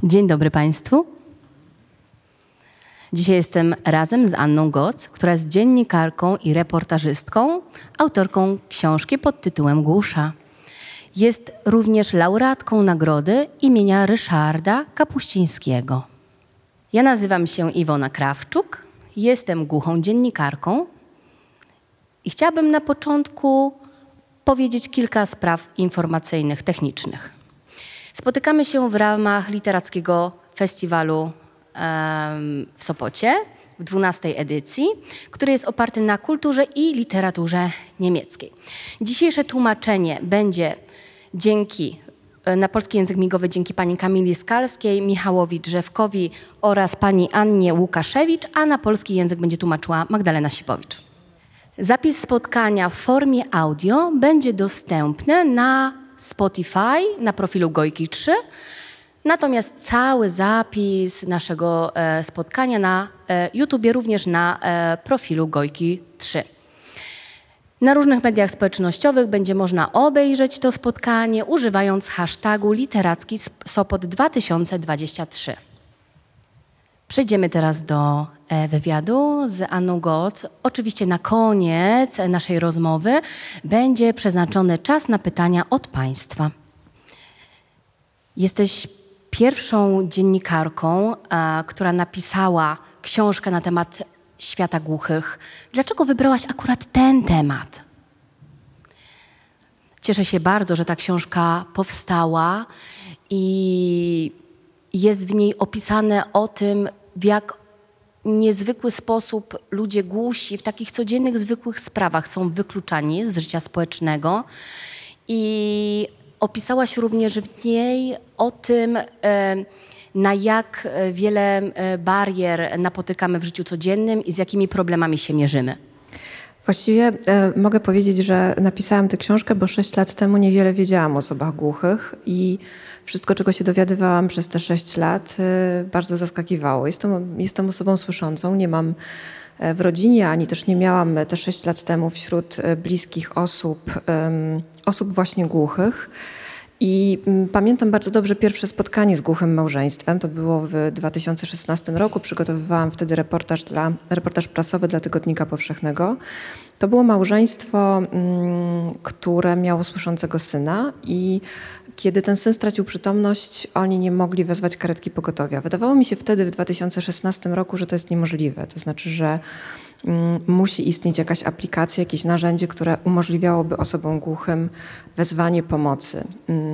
Dzień dobry Państwu. Dzisiaj jestem razem z Anną Goc, która jest dziennikarką i reportażystką, autorką książki pod tytułem Głusza. Jest również laureatką nagrody imienia Ryszarda Kapuścińskiego. Ja nazywam się Iwona Krawczuk, jestem głuchą dziennikarką i chciałabym na początku powiedzieć kilka spraw informacyjnych, technicznych. Spotykamy się w ramach Literackiego Festiwalu w Sopocie w 12. edycji, który jest oparty na kulturze i literaturze niemieckiej. Dzisiejsze tłumaczenie będzie na polski język migowy dzięki pani Kamili Skalskiej, Michałowi Drzewkowi oraz pani Annie Łukaszewicz, a na polski język będzie tłumaczyła Magdalena Sipowicz. Zapis spotkania w formie audio będzie dostępny na Spotify, na profilu Gojki 3, natomiast cały zapis naszego spotkania na YouTubie, również na profilu Gojki 3. Na różnych mediach społecznościowych będzie można obejrzeć to spotkanie, używając hashtagu literacki Sopot 2023. Przejdziemy teraz do wywiadu z Anną Goc. Oczywiście na koniec naszej rozmowy będzie przeznaczony czas na pytania od Państwa. Jesteś pierwszą dziennikarką, która napisała książkę na temat świata głuchych. Dlaczego wybrałaś akurat ten temat? Cieszę się bardzo, że ta książka powstała i jest w niej opisane o tym, w jak niezwykły sposób ludzie głusi w takich codziennych, zwykłych sprawach są wykluczani z życia społecznego. I opisałaś również w niej o tym, na jak wiele barier napotykamy w życiu codziennym i z jakimi problemami się mierzymy. Właściwie mogę powiedzieć, że napisałam tę książkę, bo 6 lat temu niewiele wiedziałam o osobach głuchych i wszystko, czego się dowiadywałam przez te 6 lat, bardzo zaskakiwało. Jestem osobą słyszącą, nie mam w rodzinie, ani też nie miałam te 6 lat temu wśród bliskich osób właśnie głuchych. I pamiętam bardzo dobrze pierwsze spotkanie z głuchym małżeństwem. To było w 2016 roku. Przygotowywałam wtedy reportaż prasowy dla Tygodnika Powszechnego. To było małżeństwo, które miało słyszącego syna i kiedy ten syn stracił przytomność, oni nie mogli wezwać karetki pogotowia. Wydawało mi się wtedy w 2016 roku, że to jest niemożliwe. To znaczy, że musi istnieć jakaś aplikacja, jakieś narzędzie, które umożliwiałoby osobom głuchym wezwanie pomocy.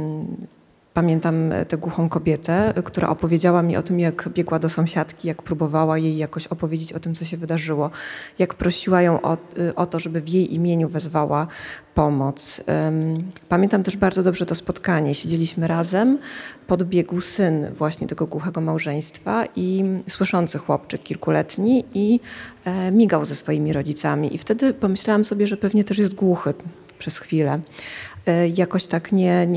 Pamiętam tę głuchą kobietę, która opowiedziała mi o tym, jak biegła do sąsiadki, jak próbowała jej jakoś opowiedzieć o tym, co się wydarzyło, jak prosiła ją o to, żeby w jej imieniu wezwała pomoc. Pamiętam też bardzo dobrze to spotkanie. Siedzieliśmy razem, podbiegł syn właśnie tego głuchego małżeństwa i słyszący chłopczyk kilkuletni i migał ze swoimi rodzicami. I wtedy pomyślałam sobie, że pewnie też jest głuchy przez chwilę. Jakoś tak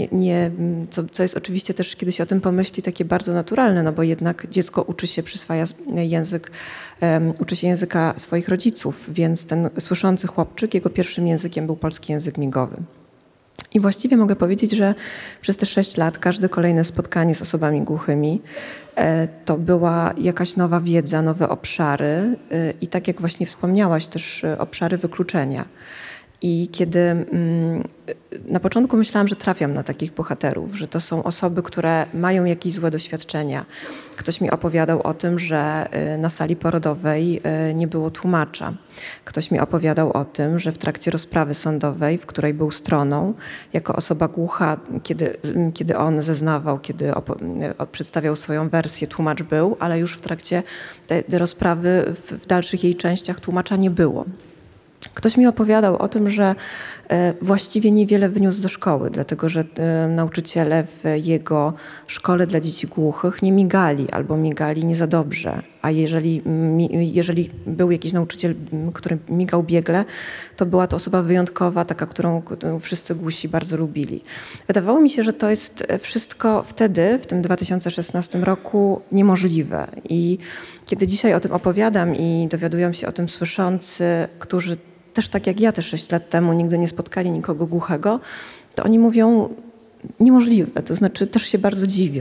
co jest oczywiście też, kiedy się o tym pomyśli, takie bardzo naturalne, no bo jednak dziecko przyswaja język, uczy się języka swoich rodziców, więc ten słyszący chłopczyk, jego pierwszym językiem był polski język migowy. I właściwie mogę powiedzieć, że przez te 6 lat każde kolejne spotkanie z osobami głuchymi to była jakaś nowa wiedza, nowe obszary i tak jak właśnie wspomniałaś, też obszary wykluczenia. I kiedy na początku myślałam, że trafiam na takich bohaterów, że to są osoby, które mają jakieś złe doświadczenia. Ktoś mi opowiadał o tym, że na sali porodowej nie było tłumacza. Ktoś mi opowiadał o tym, że w trakcie rozprawy sądowej, w której był stroną, jako osoba głucha, kiedy on zeznawał, kiedy przedstawiał swoją wersję, tłumacz był, ale już w trakcie tej rozprawy w dalszych jej częściach tłumacza nie było. Ktoś mi opowiadał o tym, że właściwie niewiele wyniósł do szkoły, dlatego że nauczyciele w jego szkole dla dzieci głuchych nie migali albo migali nie za dobrze. A jeżeli był jakiś nauczyciel, który migał biegle, to była to osoba wyjątkowa, taka, którą wszyscy głusi bardzo lubili. Wydawało mi się, że to jest wszystko wtedy, w tym 2016 roku, niemożliwe. I kiedy dzisiaj o tym opowiadam i dowiadują się o tym słyszący, którzy też tak jak ja te 6 lat temu nigdy nie spotkali nikogo głuchego, to oni mówią niemożliwe, to znaczy też się bardzo dziwią.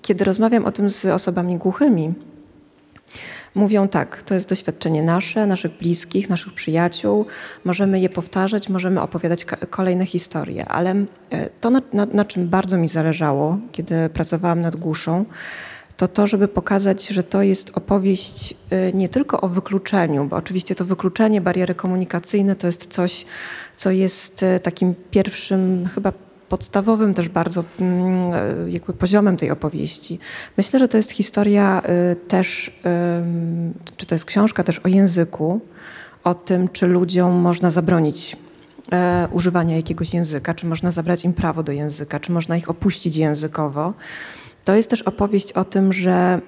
kiedy rozmawiam o tym z osobami głuchymi, mówią tak, to jest doświadczenie nasze, naszych bliskich, naszych przyjaciół. Możemy je powtarzać, możemy opowiadać kolejne historie, ale to, na czym bardzo mi zależało, kiedy pracowałam nad Głuszą, to, żeby pokazać, że to jest opowieść nie tylko o wykluczeniu, bo oczywiście to wykluczenie, bariery komunikacyjne to jest coś, co jest takim pierwszym, chyba podstawowym też bardzo jakby poziomem tej opowieści. Myślę, że to jest historia też, czy to jest książka też o języku, o tym, czy ludziom można zabronić używania jakiegoś języka, czy można zabrać im prawo do języka, czy można ich opuścić językowo. To jest też opowieść o tym, że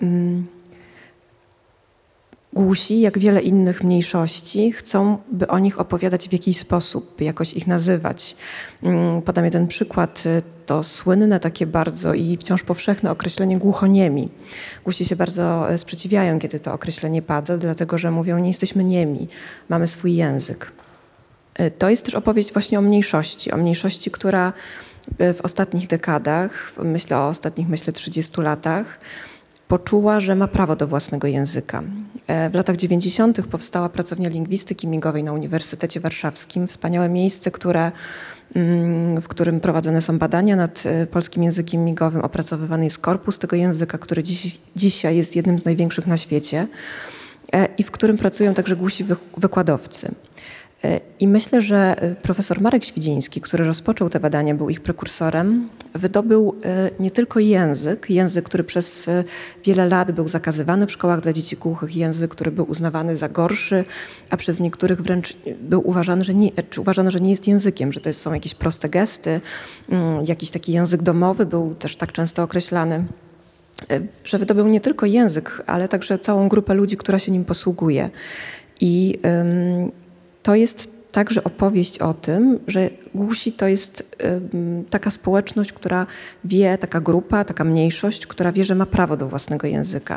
głusi, jak wiele innych mniejszości, chcą, by o nich opowiadać w jakiś sposób, by jakoś ich nazywać. Podam jeden przykład, to słynne takie bardzo i wciąż powszechne określenie głuchoniemi. Głusi się bardzo sprzeciwiają, kiedy to określenie pada, dlatego że mówią, nie jesteśmy niemi, mamy swój język. To jest też opowieść właśnie o mniejszości, która w ostatnich dekadach, myślę o ostatnich 30 latach, poczuła, że ma prawo do własnego języka. W latach 90. powstała pracownia lingwistyki migowej na Uniwersytecie Warszawskim. Wspaniałe miejsce, w którym prowadzone są badania nad polskim językiem migowym. Opracowywany jest korpus tego języka, który dzisiaj jest jednym z największych na świecie i w którym pracują także głusi wykładowcy. I myślę, że profesor Marek Świdziński, który rozpoczął te badania, był ich prekursorem, wydobył nie tylko język, który przez wiele lat był zakazywany w szkołach dla dzieci głuchych, język, który był uznawany za gorszy, a przez niektórych wręcz był uważany, że nie jest językiem, że to są jakieś proste gesty, jakiś taki język domowy był też tak często określany, że wydobył nie tylko język, ale także całą grupę ludzi, która się nim posługuje. I to jest także opowieść o tym, że głusi to jest taka społeczność, która wie, taka grupa, taka mniejszość, która wie, że ma prawo do własnego języka.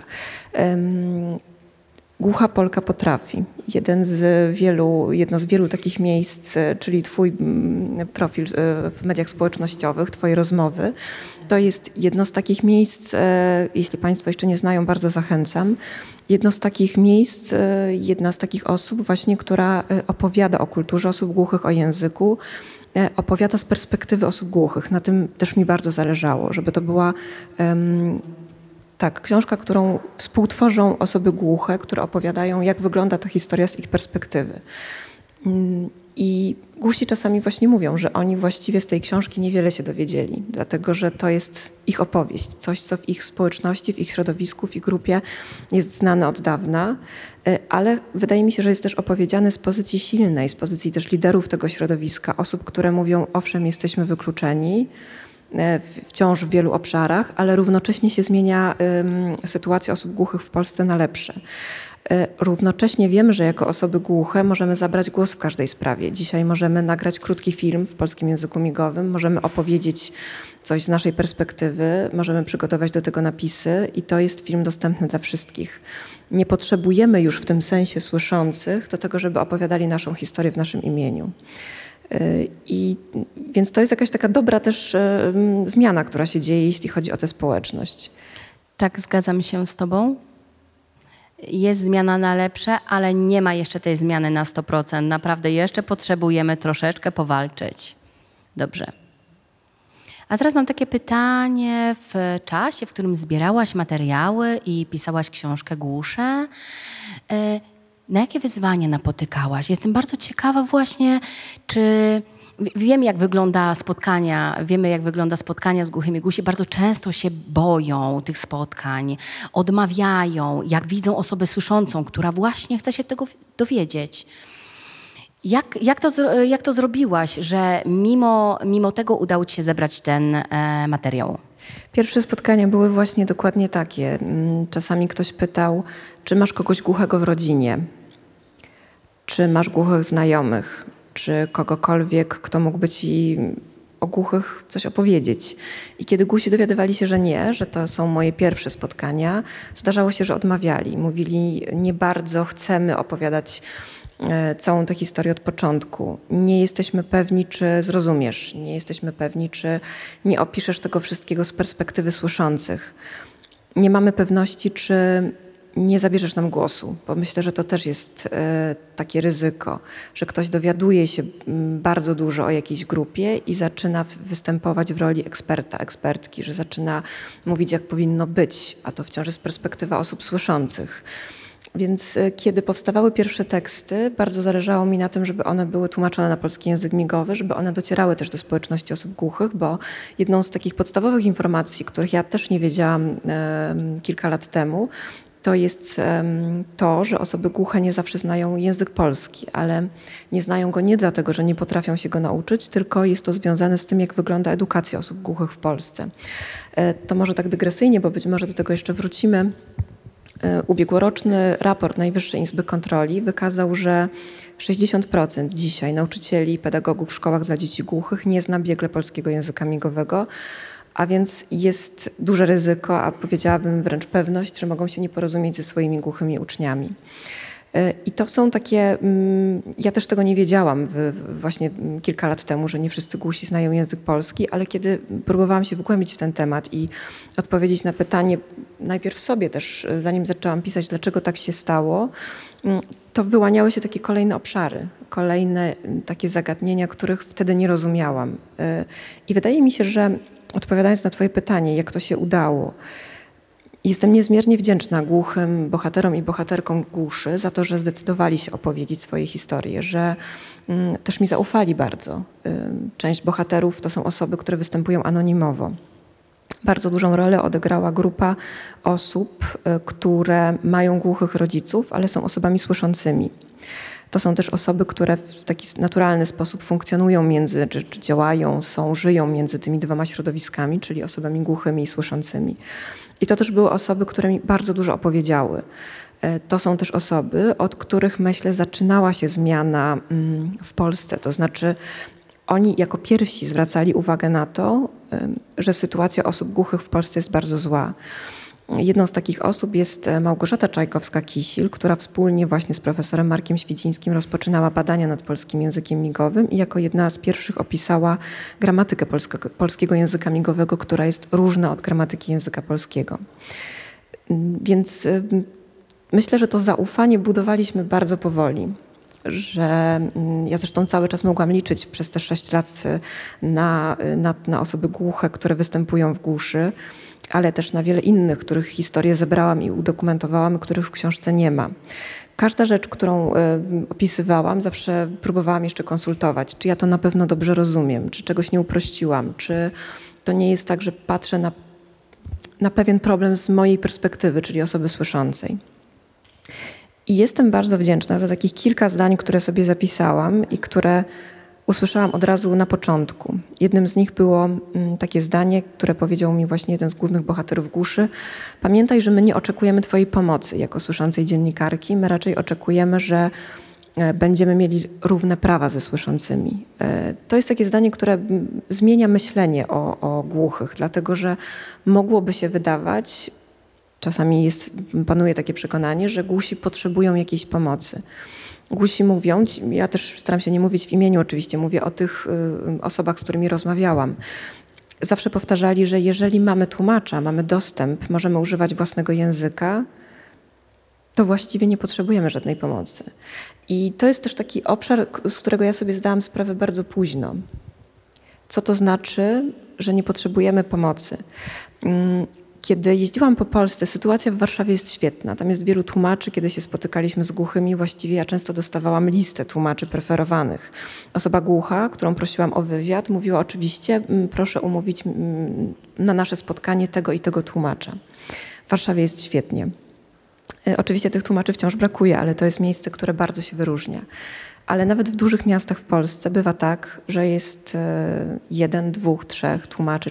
Głucha Polka potrafi. Jedno z wielu takich miejsc, czyli twój profil w mediach społecznościowych, twoje rozmowy, to jest jedno z takich miejsc, jeśli państwo jeszcze nie znają, bardzo zachęcam. Jedno z takich miejsc, jedna z takich osób właśnie, która opowiada o kulturze osób głuchych, o języku, opowiada z perspektywy osób głuchych. Na tym też mi bardzo zależało, żeby to była książka, którą współtworzą osoby głuche, które opowiadają, jak wygląda ta historia z ich perspektywy. I głusi czasami właśnie mówią, że oni właściwie z tej książki niewiele się dowiedzieli, dlatego że to jest ich opowieść, coś, co w ich społeczności, w ich środowisku, w ich grupie jest znane od dawna, ale wydaje mi się, że jest też opowiedziane z pozycji silnej, z pozycji też liderów tego środowiska, osób, które mówią, owszem, jesteśmy wykluczeni, wciąż w wielu obszarach, ale równocześnie się zmienia sytuacja osób głuchych w Polsce na lepsze. Równocześnie wiemy, że jako osoby głuche możemy zabrać głos w każdej sprawie. Dzisiaj możemy nagrać krótki film w polskim języku migowym, możemy opowiedzieć coś z naszej perspektywy, możemy przygotować do tego napisy i to jest film dostępny dla wszystkich. Nie potrzebujemy już w tym sensie słyszących do tego, żeby opowiadali naszą historię w naszym imieniu. Więc to jest jakaś taka dobra też zmiana, która się dzieje, jeśli chodzi o tę społeczność. Tak, zgadzam się z tobą. Jest zmiana na lepsze, ale nie ma jeszcze tej zmiany na 100%. Naprawdę jeszcze potrzebujemy troszeczkę powalczyć. Dobrze. A teraz mam takie pytanie. W czasie, w którym zbierałaś materiały i pisałaś książkę Głusze, na jakie wyzwania napotykałaś? Jestem bardzo ciekawa właśnie, czy wiemy, jak wygląda spotkania z głuchymi. Głusi bardzo często się boją tych spotkań, odmawiają, jak widzą osobę słyszącą, która właśnie chce się tego dowiedzieć. Jak to zrobiłaś, że mimo tego udało ci się zebrać ten materiał? Pierwsze spotkania były właśnie dokładnie takie. Czasami ktoś pytał, czy masz kogoś głuchego w rodzinie, czy masz głuchych znajomych, czy kogokolwiek, kto mógłby ci o głuchych coś opowiedzieć. I kiedy głusi dowiadywali się, że nie, że to są moje pierwsze spotkania, zdarzało się, że odmawiali. Mówili, nie bardzo chcemy opowiadać całą tę historię od początku. Nie jesteśmy pewni, czy zrozumiesz. Nie jesteśmy pewni, czy nie opiszesz tego wszystkiego z perspektywy słyszących. nie mamy pewności, czy nie zabierzesz nam głosu, bo myślę, że to też jest takie ryzyko, że ktoś dowiaduje się bardzo dużo o jakiejś grupie i zaczyna występować w roli eksperta, ekspertki, że zaczyna mówić, jak powinno być, a to wciąż jest perspektywa osób słyszących. Więc kiedy powstawały pierwsze teksty, bardzo zależało mi na tym, żeby one były tłumaczone na polski język migowy, żeby one docierały też do społeczności osób głuchych, bo jedną z takich podstawowych informacji, których ja też nie wiedziałam kilka lat temu, to jest to, że osoby głuche nie zawsze znają język polski, ale nie znają go nie dlatego, że nie potrafią się go nauczyć, tylko jest to związane z tym, jak wygląda edukacja osób głuchych w Polsce. To może tak dygresyjnie, bo być może do tego jeszcze wrócimy. Ubiegłoroczny raport Najwyższej Izby Kontroli wykazał, że 60% dzisiaj nauczycieli i pedagogów w szkołach dla dzieci głuchych nie zna biegle polskiego języka migowego, a więc jest duże ryzyko, a powiedziałabym wręcz pewność, że mogą się nie porozumieć ze swoimi głuchymi uczniami. I to są takie, ja też tego nie wiedziałam właśnie kilka lat temu, że nie wszyscy głusi znają język polski, ale kiedy próbowałam się wgłębić w ten temat i odpowiedzieć na pytanie, najpierw sobie też, zanim zaczęłam pisać, dlaczego tak się stało, to wyłaniały się takie kolejne obszary, kolejne takie zagadnienia, których wtedy nie rozumiałam. I wydaje mi się, że odpowiadając na twoje pytanie, jak to się udało, jestem niezmiernie wdzięczna głuchym bohaterom i bohaterkom głuszy za to, że zdecydowali się opowiedzieć swoje historie, że też mi zaufali bardzo. Część bohaterów to są osoby, które występują anonimowo. Bardzo dużą rolę odegrała grupa osób, które mają głuchych rodziców, ale są osobami słyszącymi. To są też osoby, które w taki naturalny sposób funkcjonują czy działają, żyją między tymi dwoma środowiskami, czyli osobami głuchymi i słyszącymi. I to też były osoby, które mi bardzo dużo opowiedziały. To są też osoby, od których, myślę, zaczynała się zmiana w Polsce. To znaczy oni jako pierwsi zwracali uwagę na to, że sytuacja osób głuchych w Polsce jest bardzo zła. Jedną z takich osób jest Małgorzata Czajkowska-Kisil, która wspólnie właśnie z profesorem Markiem Świdzińskim rozpoczynała badania nad polskim językiem migowym i jako jedna z pierwszych opisała gramatykę polskiego języka migowego, która jest różna od gramatyki języka polskiego. Więc myślę, że to zaufanie budowaliśmy bardzo powoli. Że ja zresztą cały czas mogłam liczyć przez te 6 lat na osoby głuche, które występują w głuszy, ale też na wiele innych, których historie zebrałam i udokumentowałam, których w książce nie ma. Każda rzecz, którą opisywałam, zawsze próbowałam jeszcze konsultować, czy ja to na pewno dobrze rozumiem, czy czegoś nie uprościłam, czy to nie jest tak, że patrzę na pewien problem z mojej perspektywy, czyli osoby słyszącej. I jestem bardzo wdzięczna za takich kilka zdań, które sobie zapisałam i które usłyszałam od razu na początku. Jednym z nich było takie zdanie, które powiedział mi właśnie jeden z głównych bohaterów głuszy. Pamiętaj, że my nie oczekujemy twojej pomocy jako słyszącej dziennikarki. My raczej oczekujemy, że będziemy mieli równe prawa ze słyszącymi. To jest takie zdanie, które zmienia myślenie o głuchych, dlatego że mogłoby się wydawać, czasami panuje takie przekonanie, że głusi potrzebują jakiejś pomocy. Głusi mówią, ja też staram się nie mówić w imieniu oczywiście, mówię o tych osobach, z którymi rozmawiałam. Zawsze powtarzali, że jeżeli mamy tłumacza, mamy dostęp, możemy używać własnego języka, to właściwie nie potrzebujemy żadnej pomocy. I to jest też taki obszar, z którego ja sobie zdałam sprawę bardzo późno. Co to znaczy, że nie potrzebujemy pomocy? Kiedy jeździłam po Polsce, sytuacja w Warszawie jest świetna. Tam jest wielu tłumaczy. Kiedy się spotykaliśmy z głuchymi, właściwie ja często dostawałam listę tłumaczy preferowanych. Osoba głucha, którą prosiłam o wywiad, mówiła oczywiście, proszę umówić na nasze spotkanie tego i tego tłumacza. W Warszawie jest świetnie. Oczywiście tych tłumaczy wciąż brakuje, ale to jest miejsce, które bardzo się wyróżnia. Ale nawet w dużych miastach w Polsce bywa tak, że jest 1, 2, 3 tłumaczy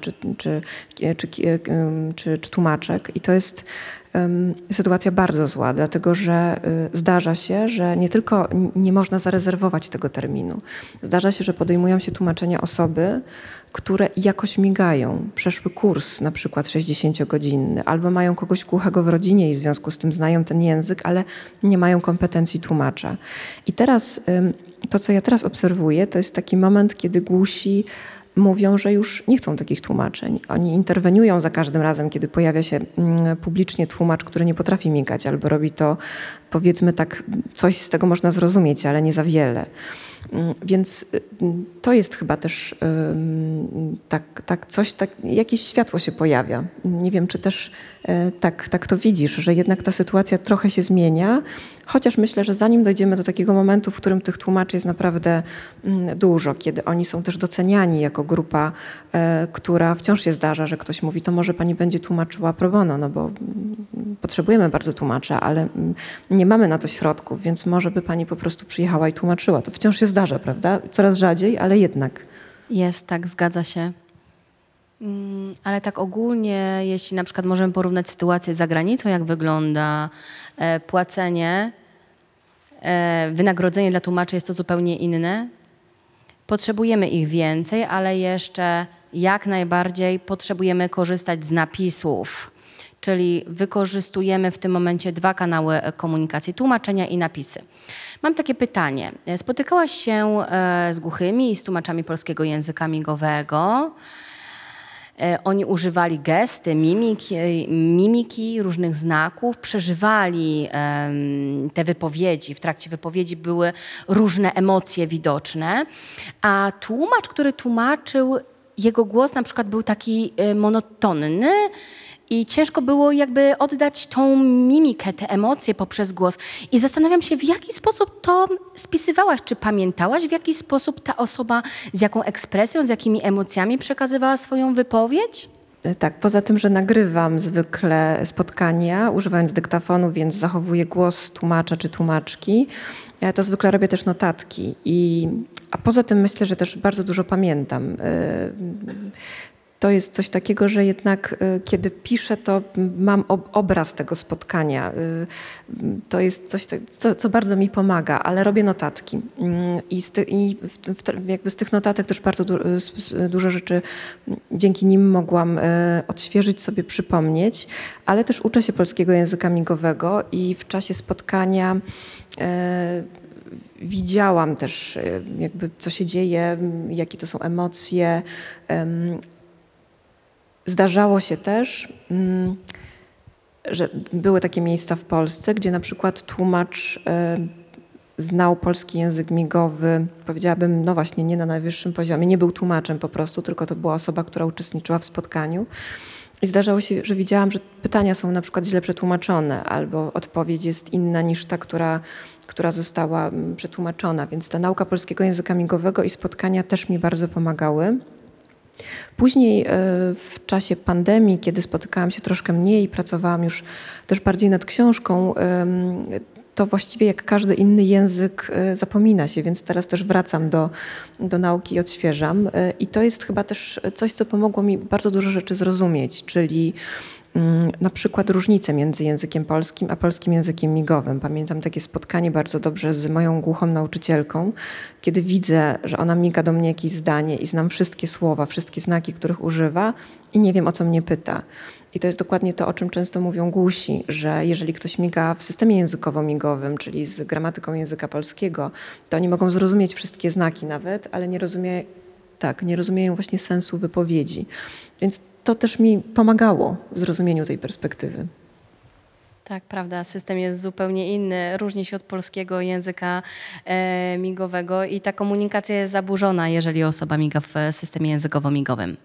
czy tłumaczek i to jest sytuacja bardzo zła, dlatego że zdarza się, że nie tylko nie można zarezerwować tego terminu, zdarza się, że podejmują się tłumaczenia osoby, które jakoś migają, przeszły kurs na przykład 60-godzinny, albo mają kogoś głuchego w rodzinie i w związku z tym znają ten język, ale nie mają kompetencji tłumacza. I teraz to, co ja teraz obserwuję, to jest taki moment, kiedy głusi mówią, że już nie chcą takich tłumaczeń. Oni interweniują za każdym razem, kiedy pojawia się publicznie tłumacz, który nie potrafi migać albo robi to, powiedzmy tak, coś z tego można zrozumieć, ale nie za wiele. Więc to jest chyba też jakieś światło się pojawia. Nie wiem, czy też tak to widzisz, że jednak ta sytuacja trochę się zmienia, chociaż myślę, że zanim dojdziemy do takiego momentu, w którym tych tłumaczy jest naprawdę dużo, kiedy oni są też doceniani jako grupa, która wciąż się zdarza, że ktoś mówi, to może pani będzie tłumaczyła pro bono, no bo potrzebujemy bardzo tłumacza, ale nie mamy na to środków, więc może by pani po prostu przyjechała i tłumaczyła. To wciąż się zdarza, prawda? Coraz rzadziej, ale jednak. Jest, tak, zgadza się. Ale tak ogólnie, jeśli na przykład możemy porównać sytuację z zagranicą, jak wygląda płacenie, wynagrodzenie dla tłumaczy jest to zupełnie inne. Potrzebujemy ich więcej, ale jeszcze jak najbardziej potrzebujemy korzystać z napisów. Czyli wykorzystujemy w tym momencie 2 kanały komunikacji, tłumaczenia i napisy. Mam takie pytanie. Spotykałaś się z głuchymi i z tłumaczami polskiego języka migowego. Oni używali gesty, mimiki, różnych znaków, przeżywali te wypowiedzi. W trakcie wypowiedzi były różne emocje widoczne, a tłumacz, który tłumaczył, jego głos na przykład był taki monotonny i ciężko było jakby oddać tą mimikę, te emocje poprzez głos. I zastanawiam się, w jaki sposób to spisywałaś, czy pamiętałaś, w jaki sposób ta osoba, z jaką ekspresją, z jakimi emocjami przekazywała swoją wypowiedź? Tak, poza tym, że nagrywam zwykle spotkania, używając dyktafonu, więc zachowuję głos tłumacza czy tłumaczki, to zwykle robię też notatki. A poza tym myślę, że też bardzo dużo pamiętam. To jest coś takiego, że jednak kiedy piszę, to mam obraz tego spotkania. To jest coś, co bardzo mi pomaga, ale robię notatki. Jakby z tych notatek też bardzo dużo rzeczy dzięki nim mogłam odświeżyć sobie, przypomnieć, ale też uczę się polskiego języka migowego i w czasie spotkania widziałam też jakby co się dzieje, jakie to są emocje. Zdarzało się też, że były takie miejsca w Polsce, gdzie na przykład tłumacz znał polski język migowy, powiedziałabym, no właśnie, nie na najwyższym poziomie, nie był tłumaczem po prostu, tylko to była osoba, która uczestniczyła w spotkaniu. I zdarzało się, że widziałam, że pytania są na przykład źle przetłumaczone albo odpowiedź jest inna niż ta, która została przetłumaczona. Więc ta nauka polskiego języka migowego i spotkania też mi bardzo pomagały. Później w czasie pandemii, kiedy spotykałam się troszkę mniej i pracowałam już też bardziej nad książką, to właściwie jak każdy inny język zapomina się, więc teraz też wracam do nauki i odświeżam. I to jest chyba też coś, co pomogło mi bardzo dużo rzeczy zrozumieć, czyli na przykład różnice między językiem polskim a polskim językiem migowym. Pamiętam takie spotkanie bardzo dobrze z moją głuchą nauczycielką, kiedy widzę, że ona miga do mnie jakieś zdanie i znam wszystkie słowa, wszystkie znaki, których używa i nie wiem, o co mnie pyta. I to jest dokładnie to, o czym często mówią głusi, że jeżeli ktoś miga w systemie językowo-migowym, czyli z gramatyką języka polskiego, to oni mogą zrozumieć wszystkie znaki nawet, ale nie rozumieją właśnie sensu wypowiedzi. Więc to też mi pomagało w zrozumieniu tej perspektywy. Tak, prawda. System jest zupełnie inny. Różni się od polskiego języka migowego i ta komunikacja jest zaburzona, jeżeli osoba miga w systemie językowo-migowym.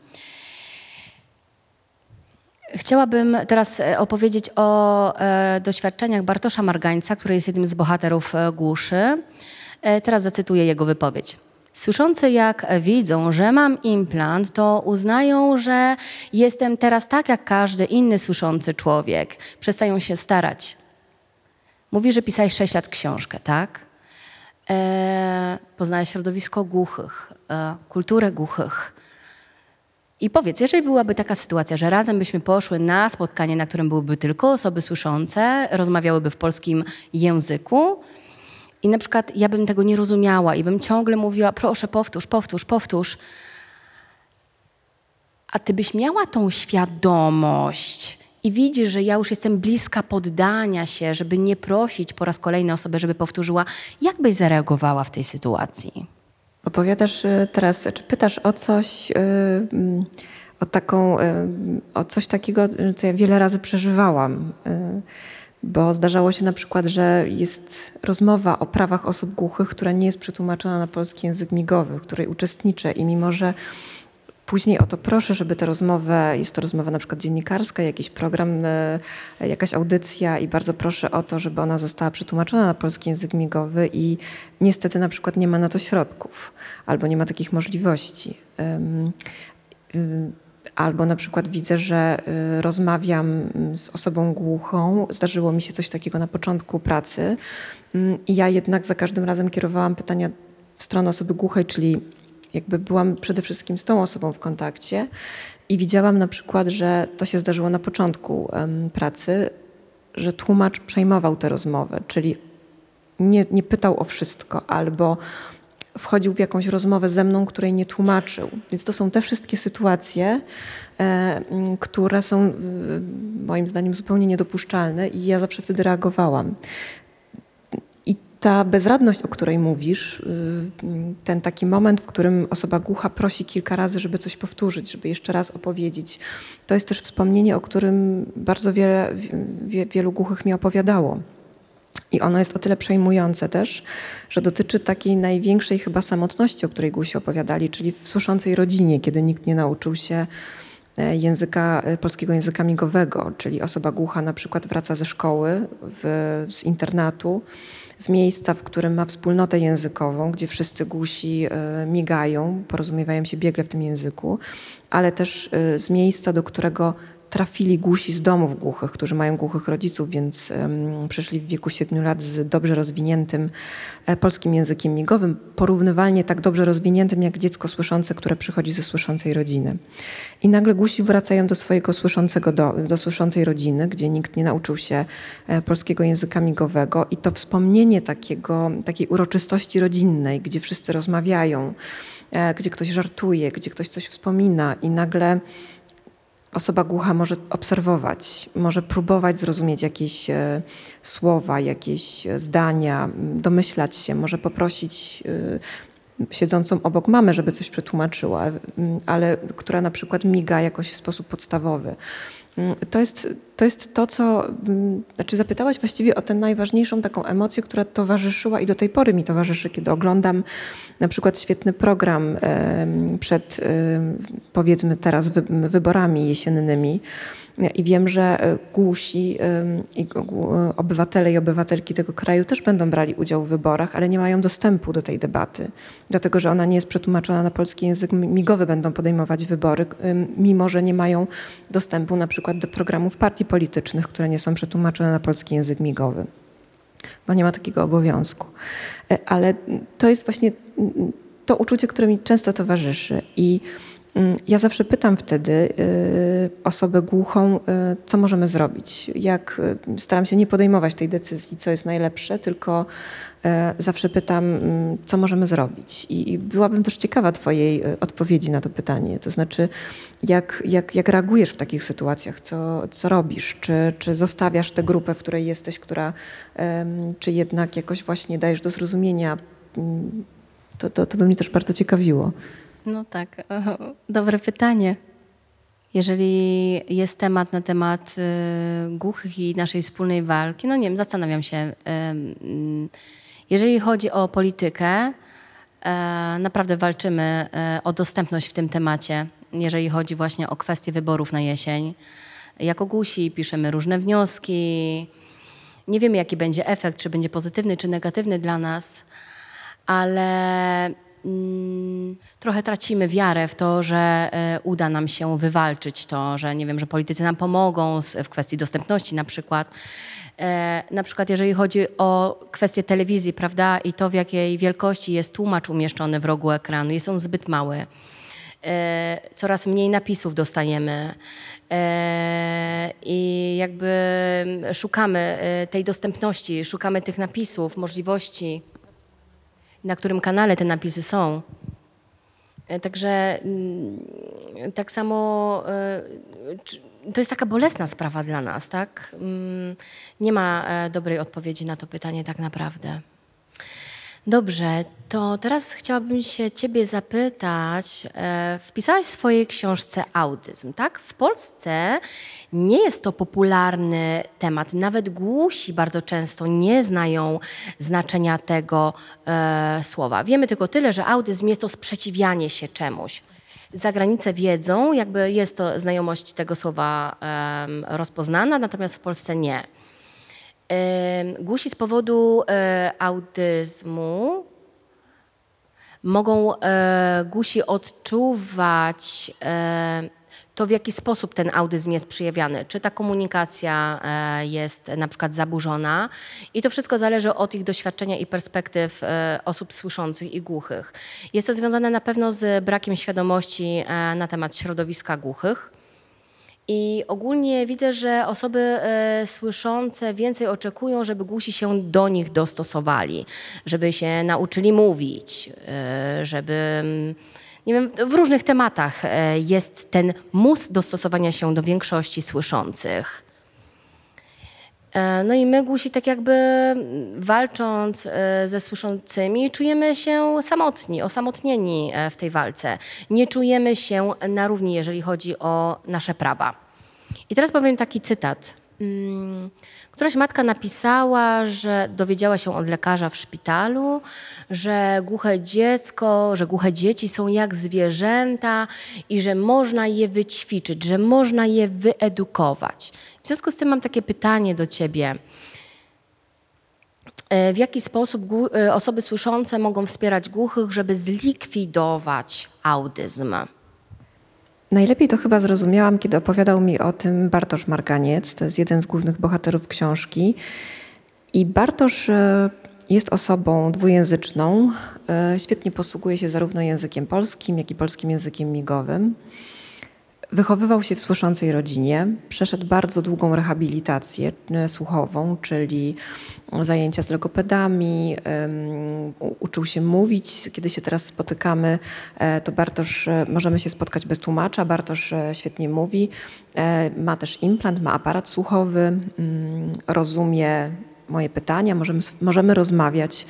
Chciałabym teraz opowiedzieć o doświadczeniach Bartosza Margańca, który jest jednym z bohaterów Głuszy. Teraz zacytuję jego wypowiedź. Słyszący jak widzą, że mam implant, to uznają, że jestem teraz tak jak każdy inny słyszący człowiek. Przestają się starać. Mówi, że pisałeś 6 lat książkę, tak? Poznałeś środowisko głuchych, kulturę głuchych. I powiedz, jeżeli byłaby taka sytuacja, że razem byśmy poszły na spotkanie, na którym byłyby tylko osoby słyszące, rozmawiałyby w polskim języku, i na przykład ja bym tego nie rozumiała i bym ciągle mówiła, proszę powtórz. A ty byś miała tą świadomość i widzisz, że ja już jestem bliska poddania się, żeby nie prosić po raz kolejny osobę, żeby powtórzyła. Jak byś zareagowała w tej sytuacji? Opowiadasz teraz, czy pytasz o coś, o coś takiego, co ja wiele razy przeżywałam. Bo zdarzało się na przykład, że jest rozmowa o prawach osób głuchych, która nie jest przetłumaczona na polski język migowy, w której uczestniczę i mimo, że później o to proszę, żeby tę rozmowę, jest to rozmowa na przykład dziennikarska, jakiś program, jakaś audycja i bardzo proszę o to, żeby ona została przetłumaczona na polski język migowy i niestety na przykład nie ma na to środków albo nie ma takich możliwości. Albo na przykład widzę, że rozmawiam z osobą głuchą. Zdarzyło mi się coś takiego na początku pracy i ja jednak za każdym razem kierowałam pytania w stronę osoby głuchej, czyli jakby byłam przede wszystkim z tą osobą w kontakcie i widziałam na przykład, że to się zdarzyło na początku pracy, że tłumacz przejmował tę rozmowę, czyli nie pytał o wszystko albo wchodził w jakąś rozmowę ze mną, której nie tłumaczył. Więc to są te wszystkie sytuacje, które są moim zdaniem zupełnie niedopuszczalne i ja zawsze wtedy reagowałam. I ta bezradność, o której mówisz, ten taki moment, w którym osoba głucha prosi kilka razy, żeby coś powtórzyć, żeby jeszcze raz opowiedzieć, to jest też wspomnienie, o którym bardzo wielu głuchych mi opowiadało. I ono jest o tyle przejmujące też, że dotyczy takiej największej chyba samotności, o której głusi opowiadali, czyli w słyszącej rodzinie, kiedy nikt nie nauczył się polskiego języka migowego, czyli osoba głucha na przykład wraca ze szkoły, z internatu, z miejsca, w którym ma wspólnotę językową, gdzie wszyscy głusi migają, porozumiewają się biegle w tym języku, ale też z miejsca, do którego trafili głusi z domów głuchych, którzy mają głuchych rodziców, więc przyszli w wieku 7 lat z dobrze rozwiniętym polskim językiem migowym, porównywalnie tak dobrze rozwiniętym jak dziecko słyszące, które przychodzi ze słyszącej rodziny. I nagle głusi wracają do swojego do słyszącej rodziny, gdzie nikt nie nauczył się polskiego języka migowego i to wspomnienie takiej uroczystości rodzinnej, gdzie wszyscy rozmawiają, gdzie ktoś żartuje, gdzie ktoś coś wspomina i nagle osoba głucha może obserwować, może próbować zrozumieć jakieś słowa, jakieś zdania, domyślać się, może poprosić siedzącą obok mamę, żeby coś przetłumaczyła, ale która na przykład miga jakoś w sposób podstawowy. To jest to, co... Znaczy zapytałaś właściwie o tę najważniejszą taką emocję, która towarzyszyła i do tej pory mi towarzyszy, kiedy oglądam na przykład świetny program przed, powiedzmy teraz, wyborami jesiennymi i wiem, że głusi obywatele i obywatelki tego kraju też będą brali udział w wyborach, ale nie mają dostępu do tej debaty, dlatego że ona nie jest przetłumaczona na polski język migowy, będą podejmować wybory, mimo że nie mają dostępu na przykład do programów partii politycznych, które nie są przetłumaczone na polski język migowy, bo nie ma takiego obowiązku. Ale to jest właśnie to uczucie, które mi często towarzyszy i ja zawsze pytam wtedy osobę głuchą, co możemy zrobić. Staram się nie podejmować tej decyzji, co jest najlepsze, tylko zawsze pytam, co możemy zrobić. I byłabym też ciekawa twojej odpowiedzi na to pytanie. To znaczy, jak reagujesz w takich sytuacjach? Co robisz? Czy zostawiasz tę grupę, w której jesteś, czy jednak jakoś właśnie dajesz do zrozumienia? To by mnie też bardzo ciekawiło. No tak, dobre pytanie. Jeżeli jest na temat głuchych i naszej wspólnej walki, no nie wiem, zastanawiam się. Jeżeli chodzi o politykę, naprawdę walczymy o dostępność w tym temacie, jeżeli chodzi właśnie o kwestie wyborów na jesień. Jako głusi piszemy różne wnioski. Nie wiemy, jaki będzie efekt, czy będzie pozytywny, czy negatywny dla nas, ale trochę tracimy wiarę w to, że uda nam się wywalczyć to, że nie wiem, że politycy nam pomogą w kwestii dostępności na przykład. Na przykład jeżeli chodzi o kwestię telewizji, prawda, i to w jakiej wielkości jest tłumacz umieszczony w rogu ekranu, jest on zbyt mały. Coraz mniej napisów dostajemy i jakby szukamy tej dostępności, szukamy tych napisów, możliwości, na którym kanale te napisy są. Także tak samo to jest taka bolesna sprawa dla nas, tak? Nie ma dobrej odpowiedzi na to pytanie tak naprawdę. Dobrze, to teraz chciałabym się ciebie zapytać. Wpisałaś w swojej książce autyzm, tak? W Polsce nie jest to popularny temat. Nawet głusi bardzo często nie znają znaczenia tego słowa. Wiemy tylko tyle, że autyzm jest to sprzeciwianie się czemuś. Za granicę wiedzą, jakby jest to znajomość tego słowa rozpoznana, natomiast w Polsce nie. Głusi z powodu autyzmu mogą głusi odczuwać to, w jaki sposób ten autyzm jest przejawiany. Czy ta komunikacja jest na przykład zaburzona. I to wszystko zależy od ich doświadczenia i perspektyw osób słyszących i głuchych. Jest to związane na pewno z brakiem świadomości na temat środowiska głuchych. I ogólnie widzę, że osoby słyszące więcej oczekują, żeby głusi się do nich dostosowali, żeby się nauczyli mówić, żeby, nie wiem, w różnych tematach jest ten mus dostosowania się do większości słyszących. No i my głusi tak jakby walcząc ze słyszącymi czujemy się samotni, osamotnieni w tej walce. Nie czujemy się na równi, jeżeli chodzi o nasze prawa. I teraz powiem taki cytat. Któraś matka napisała, że dowiedziała się od lekarza w szpitalu, że głuche dzieci są jak zwierzęta i że można je wyćwiczyć, że można je wyedukować. W związku z tym mam takie pytanie do ciebie. W jaki sposób osoby słyszące mogą wspierać głuchych, żeby zlikwidować autyzm? Najlepiej to chyba zrozumiałam, kiedy opowiadał mi o tym Bartosz Marganiec. To jest jeden z głównych bohaterów książki. I Bartosz jest osobą dwujęzyczną. Świetnie posługuje się zarówno językiem polskim, jak i polskim językiem migowym. Wychowywał się w słyszącej rodzinie, przeszedł bardzo długą rehabilitację słuchową, czyli zajęcia z logopedami, uczył się mówić. Kiedy się teraz spotykamy, to Bartosz, możemy się spotkać bez tłumacza. Bartosz świetnie mówi, ma też implant, ma aparat słuchowy, rozumie moje pytania, możemy rozmawiać.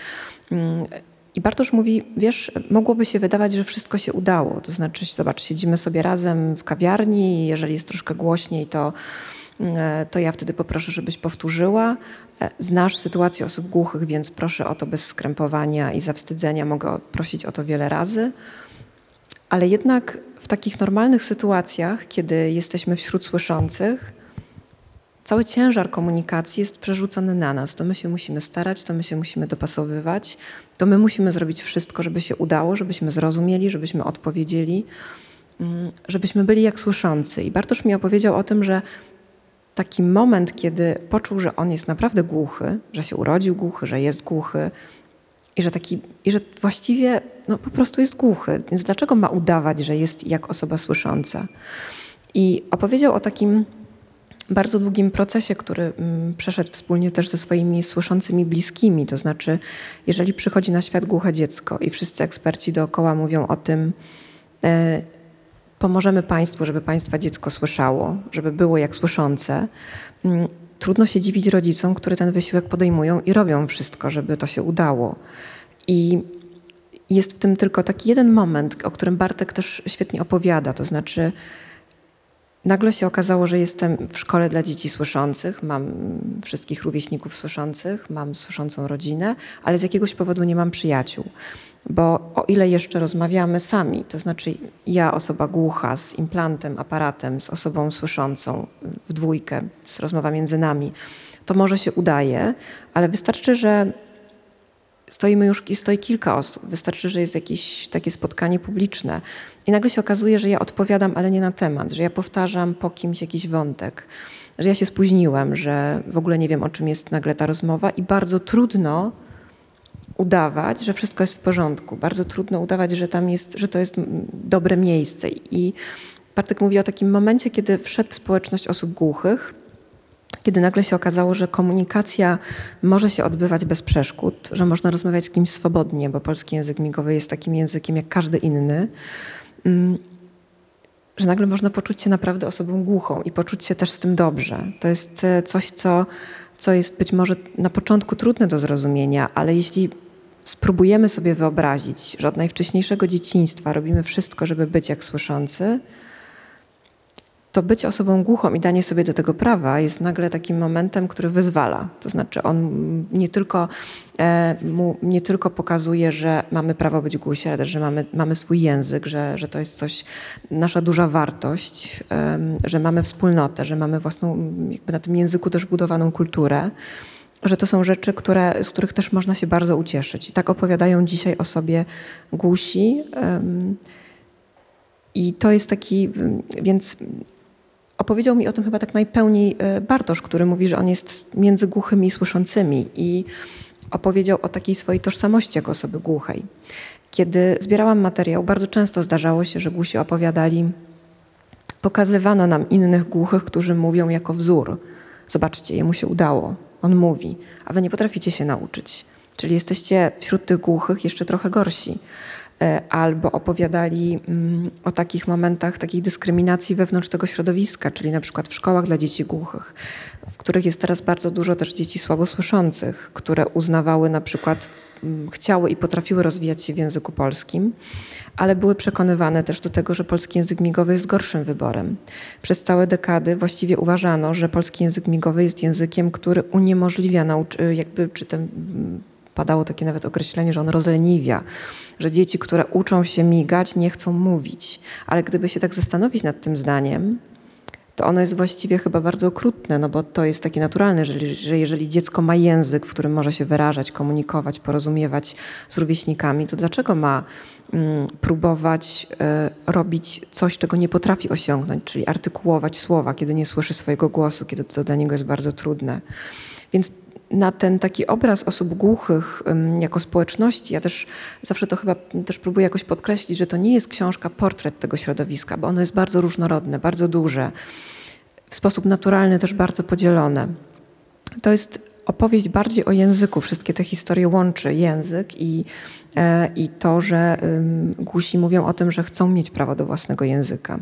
I Bartosz mówi, wiesz, mogłoby się wydawać, że wszystko się udało. To znaczy, zobacz, siedzimy sobie razem w kawiarni i jeżeli jest troszkę głośniej, to ja wtedy poproszę, żebyś powtórzyła. Znasz sytuację osób głuchych, więc proszę o to bez skrępowania i zawstydzenia. Mogę prosić o to wiele razy. Ale jednak w takich normalnych sytuacjach, kiedy jesteśmy wśród słyszących, cały ciężar komunikacji jest przerzucony na nas. To my się musimy starać, to my się musimy dopasowywać, to my musimy zrobić wszystko, żeby się udało, żebyśmy zrozumieli, żebyśmy odpowiedzieli, żebyśmy byli jak słyszący. I Bartosz mi opowiedział o tym, że taki moment, kiedy poczuł, że on jest naprawdę głuchy, że się urodził głuchy, że jest głuchy i że właściwie po prostu jest głuchy. Więc dlaczego ma udawać, że jest jak osoba słysząca? I opowiedział o takim bardzo długim procesie, który przeszedł wspólnie też ze swoimi słyszącymi bliskimi. To znaczy, jeżeli przychodzi na świat głuche dziecko i wszyscy eksperci dookoła mówią o tym, pomożemy państwu, żeby państwa dziecko słyszało, żeby było jak słyszące, trudno się dziwić rodzicom, którzy ten wysiłek podejmują i robią wszystko, żeby to się udało. I jest w tym tylko taki jeden moment, o którym Bartek też świetnie opowiada. To znaczy, nagle się okazało, że jestem w szkole dla dzieci słyszących, mam wszystkich rówieśników słyszących, mam słyszącą rodzinę, ale z jakiegoś powodu nie mam przyjaciół. Bo o ile jeszcze rozmawiamy sami, to znaczy ja, osoba głucha z implantem, aparatem, z osobą słyszącą w dwójkę, to jest rozmowa między nami, to może się udaje, ale wystarczy, że stoi kilka osób, wystarczy, że jest jakieś takie spotkanie publiczne i nagle się okazuje, że ja odpowiadam, ale nie na temat, że ja powtarzam po kimś jakiś wątek, że ja się spóźniłem, że w ogóle nie wiem, o czym jest nagle ta rozmowa i bardzo trudno udawać, że wszystko jest w porządku. Bardzo trudno udawać, że to jest dobre miejsce. I Bartek mówi o takim momencie, kiedy wszedł w społeczność osób głuchych, kiedy nagle się okazało, że komunikacja może się odbywać bez przeszkód, że można rozmawiać z kimś swobodnie, bo polski język migowy jest takim językiem jak każdy inny, że nagle można poczuć się naprawdę osobą głuchą i poczuć się też z tym dobrze. To jest coś, co jest być może na początku trudne do zrozumienia, ale jeśli spróbujemy sobie wyobrazić, że od najwcześniejszego dzieciństwa robimy wszystko, żeby być jak słyszący, to być osobą głuchą i danie sobie do tego prawa jest nagle takim momentem, który wyzwala. To znaczy on nie tylko pokazuje, że mamy prawo być głusi, ale też, że mamy swój język, że to jest coś, nasza duża wartość, że mamy wspólnotę, że mamy własną, jakby na tym języku też budowaną kulturę, że to są rzeczy, z których też można się bardzo ucieszyć. I tak opowiadają dzisiaj o sobie głusi. I to jest taki, więc opowiedział mi o tym chyba tak najpełniej Bartosz, który mówi, że on jest między głuchymi i słyszącymi i opowiedział o takiej swojej tożsamości jako osoby głuchej. Kiedy zbierałam materiał, bardzo często zdarzało się, że głusi opowiadali, pokazywano nam innych głuchych, którzy mówią jako wzór. Zobaczcie, jemu się udało, on mówi, a wy nie potraficie się nauczyć. Czyli jesteście wśród tych głuchych jeszcze trochę gorsi. Albo opowiadali o takich momentach takiej dyskryminacji wewnątrz tego środowiska, czyli na przykład w szkołach dla dzieci głuchych, w których jest teraz bardzo dużo też dzieci słabosłyszących, które uznawały na przykład, chciały i potrafiły rozwijać się w języku polskim, ale były przekonywane też do tego, że polski język migowy jest gorszym wyborem. Przez całe dekady właściwie uważano, że polski język migowy jest językiem, który uniemożliwia padało takie nawet określenie, że on rozleniwia, że dzieci, które uczą się migać, nie chcą mówić. Ale gdyby się tak zastanowić nad tym zdaniem, to ono jest właściwie chyba bardzo okrutne, no bo to jest takie naturalne, że jeżeli dziecko ma język, w którym może się wyrażać, komunikować, porozumiewać z rówieśnikami, to dlaczego ma próbować robić coś, czego nie potrafi osiągnąć, czyli artykułować słowa, kiedy nie słyszy swojego głosu, kiedy to dla niego jest bardzo trudne. Więc na ten taki obraz osób głuchych jako społeczności, ja też zawsze to chyba też próbuję jakoś podkreślić, że to nie jest książka, portret tego środowiska, bo ono jest bardzo różnorodne, bardzo duże, w sposób naturalny też bardzo podzielone. To jest opowieść bardziej o języku. Wszystkie te historie łączy język i to, że głusi mówią o tym, że chcą mieć prawo do własnego języka.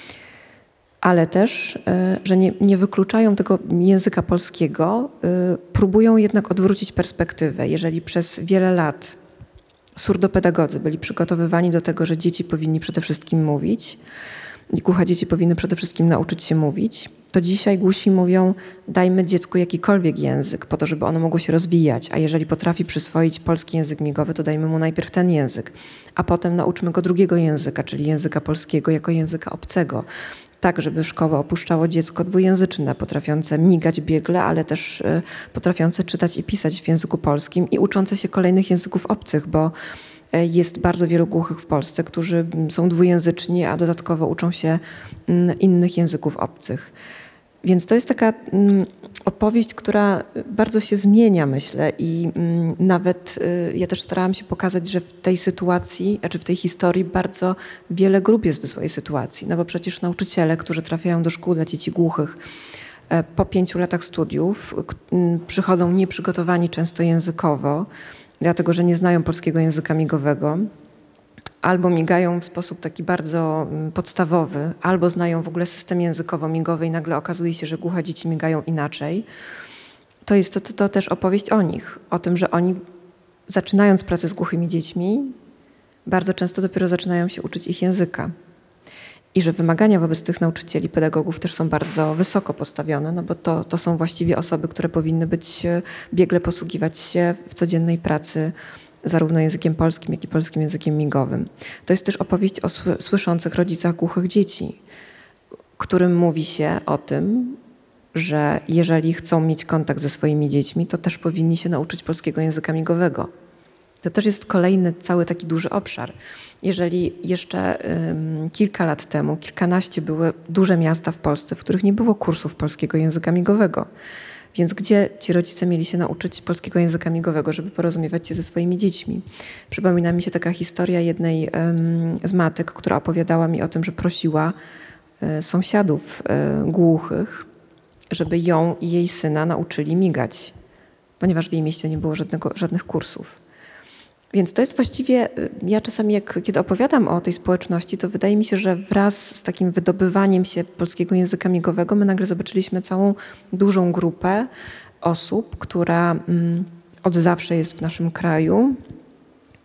Ale też, że nie wykluczają tego języka polskiego, próbują jednak odwrócić perspektywę. Jeżeli przez wiele lat surdopedagodzy byli przygotowywani do tego, że dzieci powinni przede wszystkim mówić i głuche dzieci powinny przede wszystkim nauczyć się mówić, to dzisiaj głusi mówią, dajmy dziecku jakikolwiek język po to, żeby ono mogło się rozwijać, a jeżeli potrafi przyswoić polski język migowy, to dajmy mu najpierw ten język, a potem nauczmy go drugiego języka, czyli języka polskiego jako języka obcego. Tak, żeby szkołę opuszczało dziecko dwujęzyczne, potrafiące migać biegle, ale też potrafiące czytać i pisać w języku polskim i uczące się kolejnych języków obcych, bo jest bardzo wielu głuchych w Polsce, którzy są dwujęzyczni, a dodatkowo uczą się innych języków obcych. Więc to jest taka opowieść, która bardzo się zmienia, myślę, i nawet ja też starałam się pokazać, że w tej sytuacji, znaczy w tej historii bardzo wiele grup jest w złej sytuacji, no bo przecież nauczyciele, którzy trafiają do szkół dla dzieci głuchych po 5 latach studiów, przychodzą nieprzygotowani często językowo, dlatego że nie znają polskiego języka migowego, albo migają w sposób taki bardzo podstawowy, albo znają w ogóle system językowo-migowy i nagle okazuje się, że głuche dzieci migają inaczej. To jest to też opowieść o nich, o tym, że oni zaczynając pracę z głuchymi dziećmi, bardzo często dopiero zaczynają się uczyć ich języka. I że wymagania wobec tych nauczycieli, pedagogów też są bardzo wysoko postawione, no bo to są właściwie osoby, które powinny biegle posługiwać się w codziennej pracy zarówno językiem polskim, jak i polskim językiem migowym. To jest też opowieść o słyszących rodzicach głuchych dzieci, którym mówi się o tym, że jeżeli chcą mieć kontakt ze swoimi dziećmi, to też powinni się nauczyć polskiego języka migowego. To też jest kolejny cały taki duży obszar. Jeżeli jeszcze kilka lat temu, kilkanaście były duże miasta w Polsce, w których nie było kursów polskiego języka migowego, więc gdzie ci rodzice mieli się nauczyć polskiego języka migowego, żeby porozumiewać się ze swoimi dziećmi? Przypomina mi się taka historia jednej z matek, która opowiadała mi o tym, że prosiła sąsiadów głuchych, żeby ją i jej syna nauczyli migać, ponieważ w jej mieście nie było żadnych kursów. Więc to jest właściwie, ja czasami kiedy opowiadam o tej społeczności, to wydaje mi się, że wraz z takim wydobywaniem się polskiego języka migowego my nagle zobaczyliśmy całą dużą grupę osób, która od zawsze jest w naszym kraju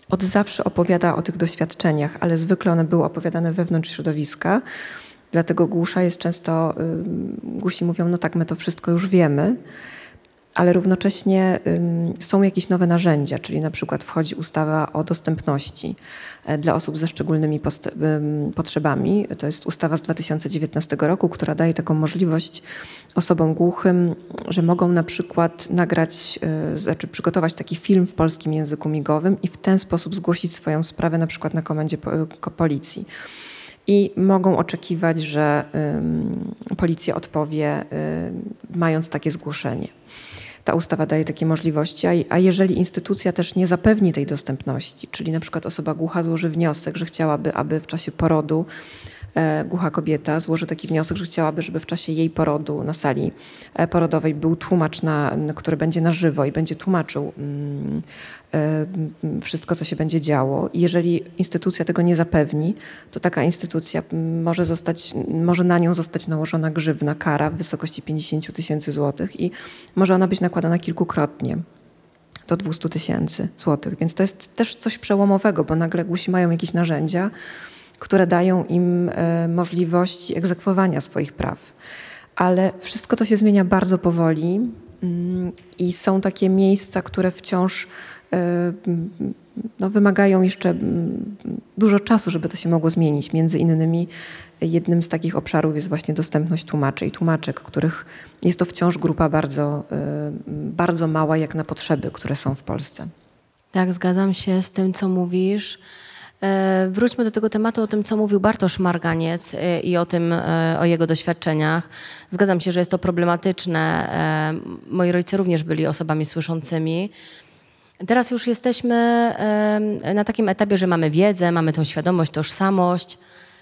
od zawsze opowiada o tych doświadczeniach, ale zwykle one były opowiadane wewnątrz środowiska. Dlatego głusza jest często, głusi mówią, no tak, my to wszystko już wiemy, ale równocześnie są jakieś nowe narzędzia, czyli na przykład wchodzi ustawa o dostępności dla osób ze szczególnymi potrzebami. To jest ustawa z 2019 roku, która daje taką możliwość osobom głuchym, że mogą na przykład nagrać, znaczy przygotować taki film w polskim języku migowym i w ten sposób zgłosić swoją sprawę na przykład na komendzie policji. I mogą oczekiwać, że policja odpowie, mając takie zgłoszenie. Ta ustawa daje takie możliwości, a jeżeli instytucja też nie zapewni tej dostępności, czyli na przykład osoba głucha złoży wniosek, że chciałaby, aby w czasie porodu, głucha kobieta złoży taki wniosek, że chciałaby, żeby w czasie jej porodu na sali porodowej był tłumacz, który będzie na żywo i będzie tłumaczył wszystko, co się będzie działo. I jeżeli instytucja tego nie zapewni, to taka instytucja może na nią zostać nałożona grzywna, kara w wysokości 50 000 złotych i może ona być nakładana kilkukrotnie do 200 000 złotych. Więc to jest też coś przełomowego, bo nagle głusi mają jakieś narzędzia, które dają im możliwości egzekwowania swoich praw. Ale wszystko to się zmienia bardzo powoli i są takie miejsca, które wciąż wymagają jeszcze dużo czasu, żeby to się mogło zmienić. Między innymi jednym z takich obszarów jest właśnie dostępność tłumaczy i tłumaczek, których jest to wciąż grupa bardzo, bardzo mała jak na potrzeby, które są w Polsce. Tak, zgadzam się z tym, co mówisz. Wróćmy do tego tematu, o tym, co mówił Bartosz Marganiec i o jego doświadczeniach. Zgadzam się, że jest to problematyczne. Moi rodzice również byli osobami słyszącymi. Teraz już jesteśmy na takim etapie, że mamy wiedzę, mamy tą świadomość, tożsamość.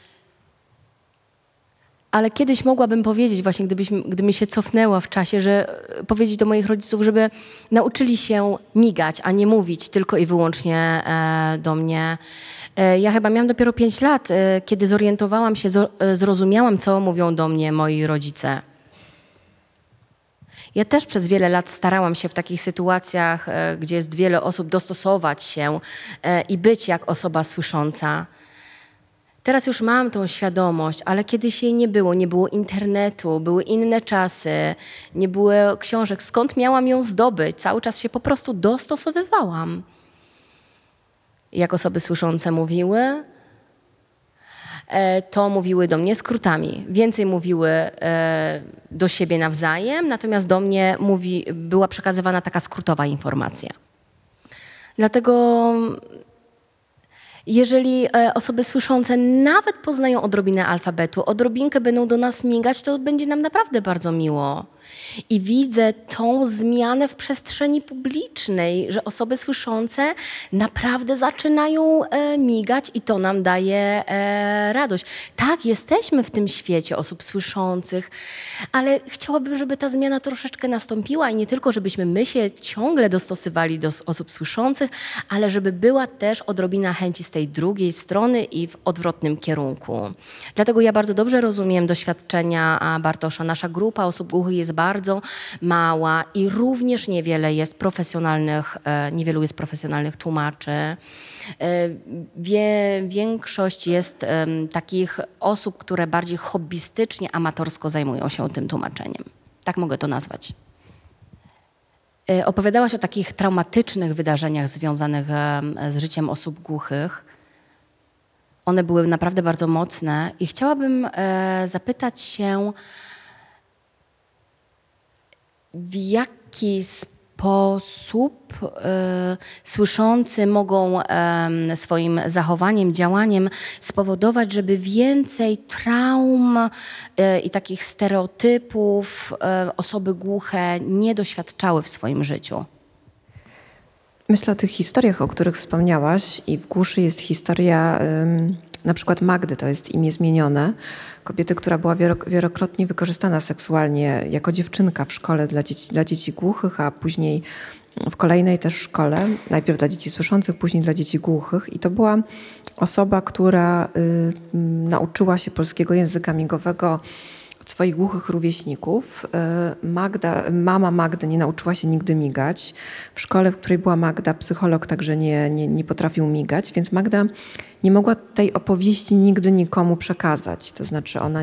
Ale kiedyś mogłabym powiedzieć, właśnie gdybym się cofnęła w czasie, że powiedzieć do moich rodziców, żeby nauczyli się migać, a nie mówić tylko i wyłącznie do mnie. Ja chyba miałam dopiero 5 lat, kiedy zorientowałam się, zrozumiałam, co mówią do mnie moi rodzice. Ja też przez wiele lat starałam się w takich sytuacjach, gdzie jest wiele osób, dostosować się i być jak osoba słysząca. Teraz już mam tą świadomość, ale kiedyś jej nie było. Nie było internetu, były inne czasy, nie było książek. Skąd miałam ją zdobyć? Cały czas się po prostu dostosowywałam. Jak osoby słyszące mówiły, to mówiły do mnie skrótami. Więcej mówiły do siebie nawzajem, natomiast do mnie była przekazywana taka skrótowa informacja. Dlatego jeżeli osoby słyszące nawet poznają odrobinę alfabetu, odrobinkę będą do nas migać, to będzie nam naprawdę bardzo miło. I widzę tą zmianę w przestrzeni publicznej, że osoby słyszące naprawdę zaczynają migać i to nam daje radość. Tak, jesteśmy w tym świecie osób słyszących, ale chciałabym, żeby ta zmiana troszeczkę nastąpiła i nie tylko, żebyśmy my się ciągle dostosowali do osób słyszących, ale żeby była też odrobina chęci z tej drugiej strony i w odwrotnym kierunku. Dlatego ja bardzo dobrze rozumiem doświadczenia Bartosza. Nasza grupa osób głuchych jest bardzo mała i również niewielu jest profesjonalnych tłumaczy. Większość jest takich osób, które bardziej hobbystycznie, amatorsko zajmują się tym tłumaczeniem. Tak mogę to nazwać. Opowiadałaś o takich traumatycznych wydarzeniach związanych z życiem osób głuchych. One były naprawdę bardzo mocne i chciałabym zapytać się, w jaki sposób słyszący mogą swoim zachowaniem, działaniem spowodować, żeby więcej traum i takich stereotypów osoby głuche nie doświadczały w swoim życiu? Myślę o tych historiach, o których wspomniałaś i w głuszy jest historia na przykład Magdy, to jest imię zmienione, kobiety, która była wielokrotnie wykorzystana seksualnie jako dziewczynka w szkole dla dzieci głuchych, a później w kolejnej też szkole, najpierw dla dzieci słyszących, później dla dzieci głuchych. I to była osoba, która nauczyła się polskiego języka migowego od swoich głuchych rówieśników. Mama Magdy nie nauczyła się nigdy migać. W szkole, w której była Magda, psycholog także nie potrafił migać, więc Magda nie mogła tej opowieści nigdy nikomu przekazać. To znaczy ona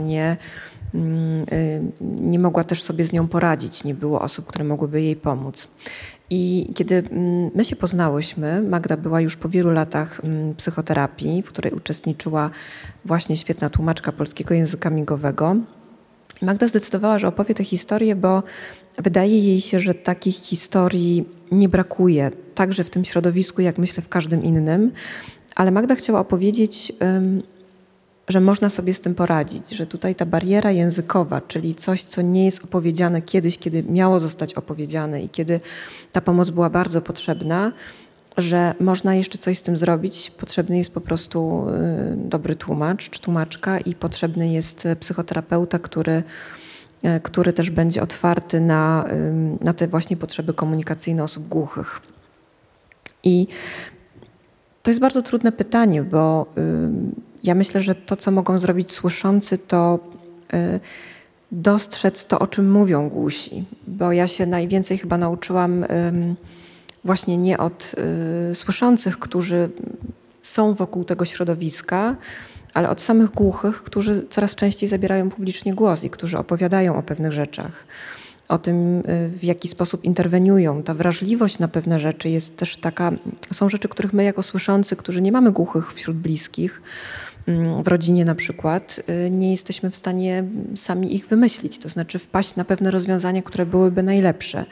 nie mogła też sobie z nią poradzić. Nie było osób, które mogłyby jej pomóc. I kiedy my się poznałyśmy, Magda była już po wielu latach psychoterapii, w której uczestniczyła właśnie świetna tłumaczka polskiego języka migowego. Magda zdecydowała, że opowie tę historię, bo wydaje jej się, że takich historii nie brakuje, także w tym środowisku, jak myślę w każdym innym. Ale Magda chciała opowiedzieć, że można sobie z tym poradzić, że tutaj ta bariera językowa, czyli coś, co nie jest opowiedziane kiedyś, kiedy miało zostać opowiedziane i kiedy ta pomoc była bardzo potrzebna, że można jeszcze coś z tym zrobić. Potrzebny jest po prostu dobry tłumacz czy tłumaczka i potrzebny jest psychoterapeuta, który też będzie otwarty na te właśnie potrzeby komunikacyjne osób głuchych. I to jest bardzo trudne pytanie, bo ja myślę, że to, co mogą zrobić słyszący, to dostrzec to, o czym mówią głusi. Bo ja się najwięcej chyba nauczyłam właśnie nie od słyszących, którzy są wokół tego środowiska, ale od samych głuchych, którzy coraz częściej zabierają publicznie głos i którzy opowiadają o pewnych rzeczach, o tym, w jaki sposób interweniują. Ta wrażliwość na pewne rzeczy jest też taka, są rzeczy, których my jako słyszący, którzy nie mamy głuchych wśród bliskich, w rodzinie na przykład, nie jesteśmy w stanie sami ich wymyślić, to znaczy wpaść na pewne rozwiązania, które byłyby najlepsze.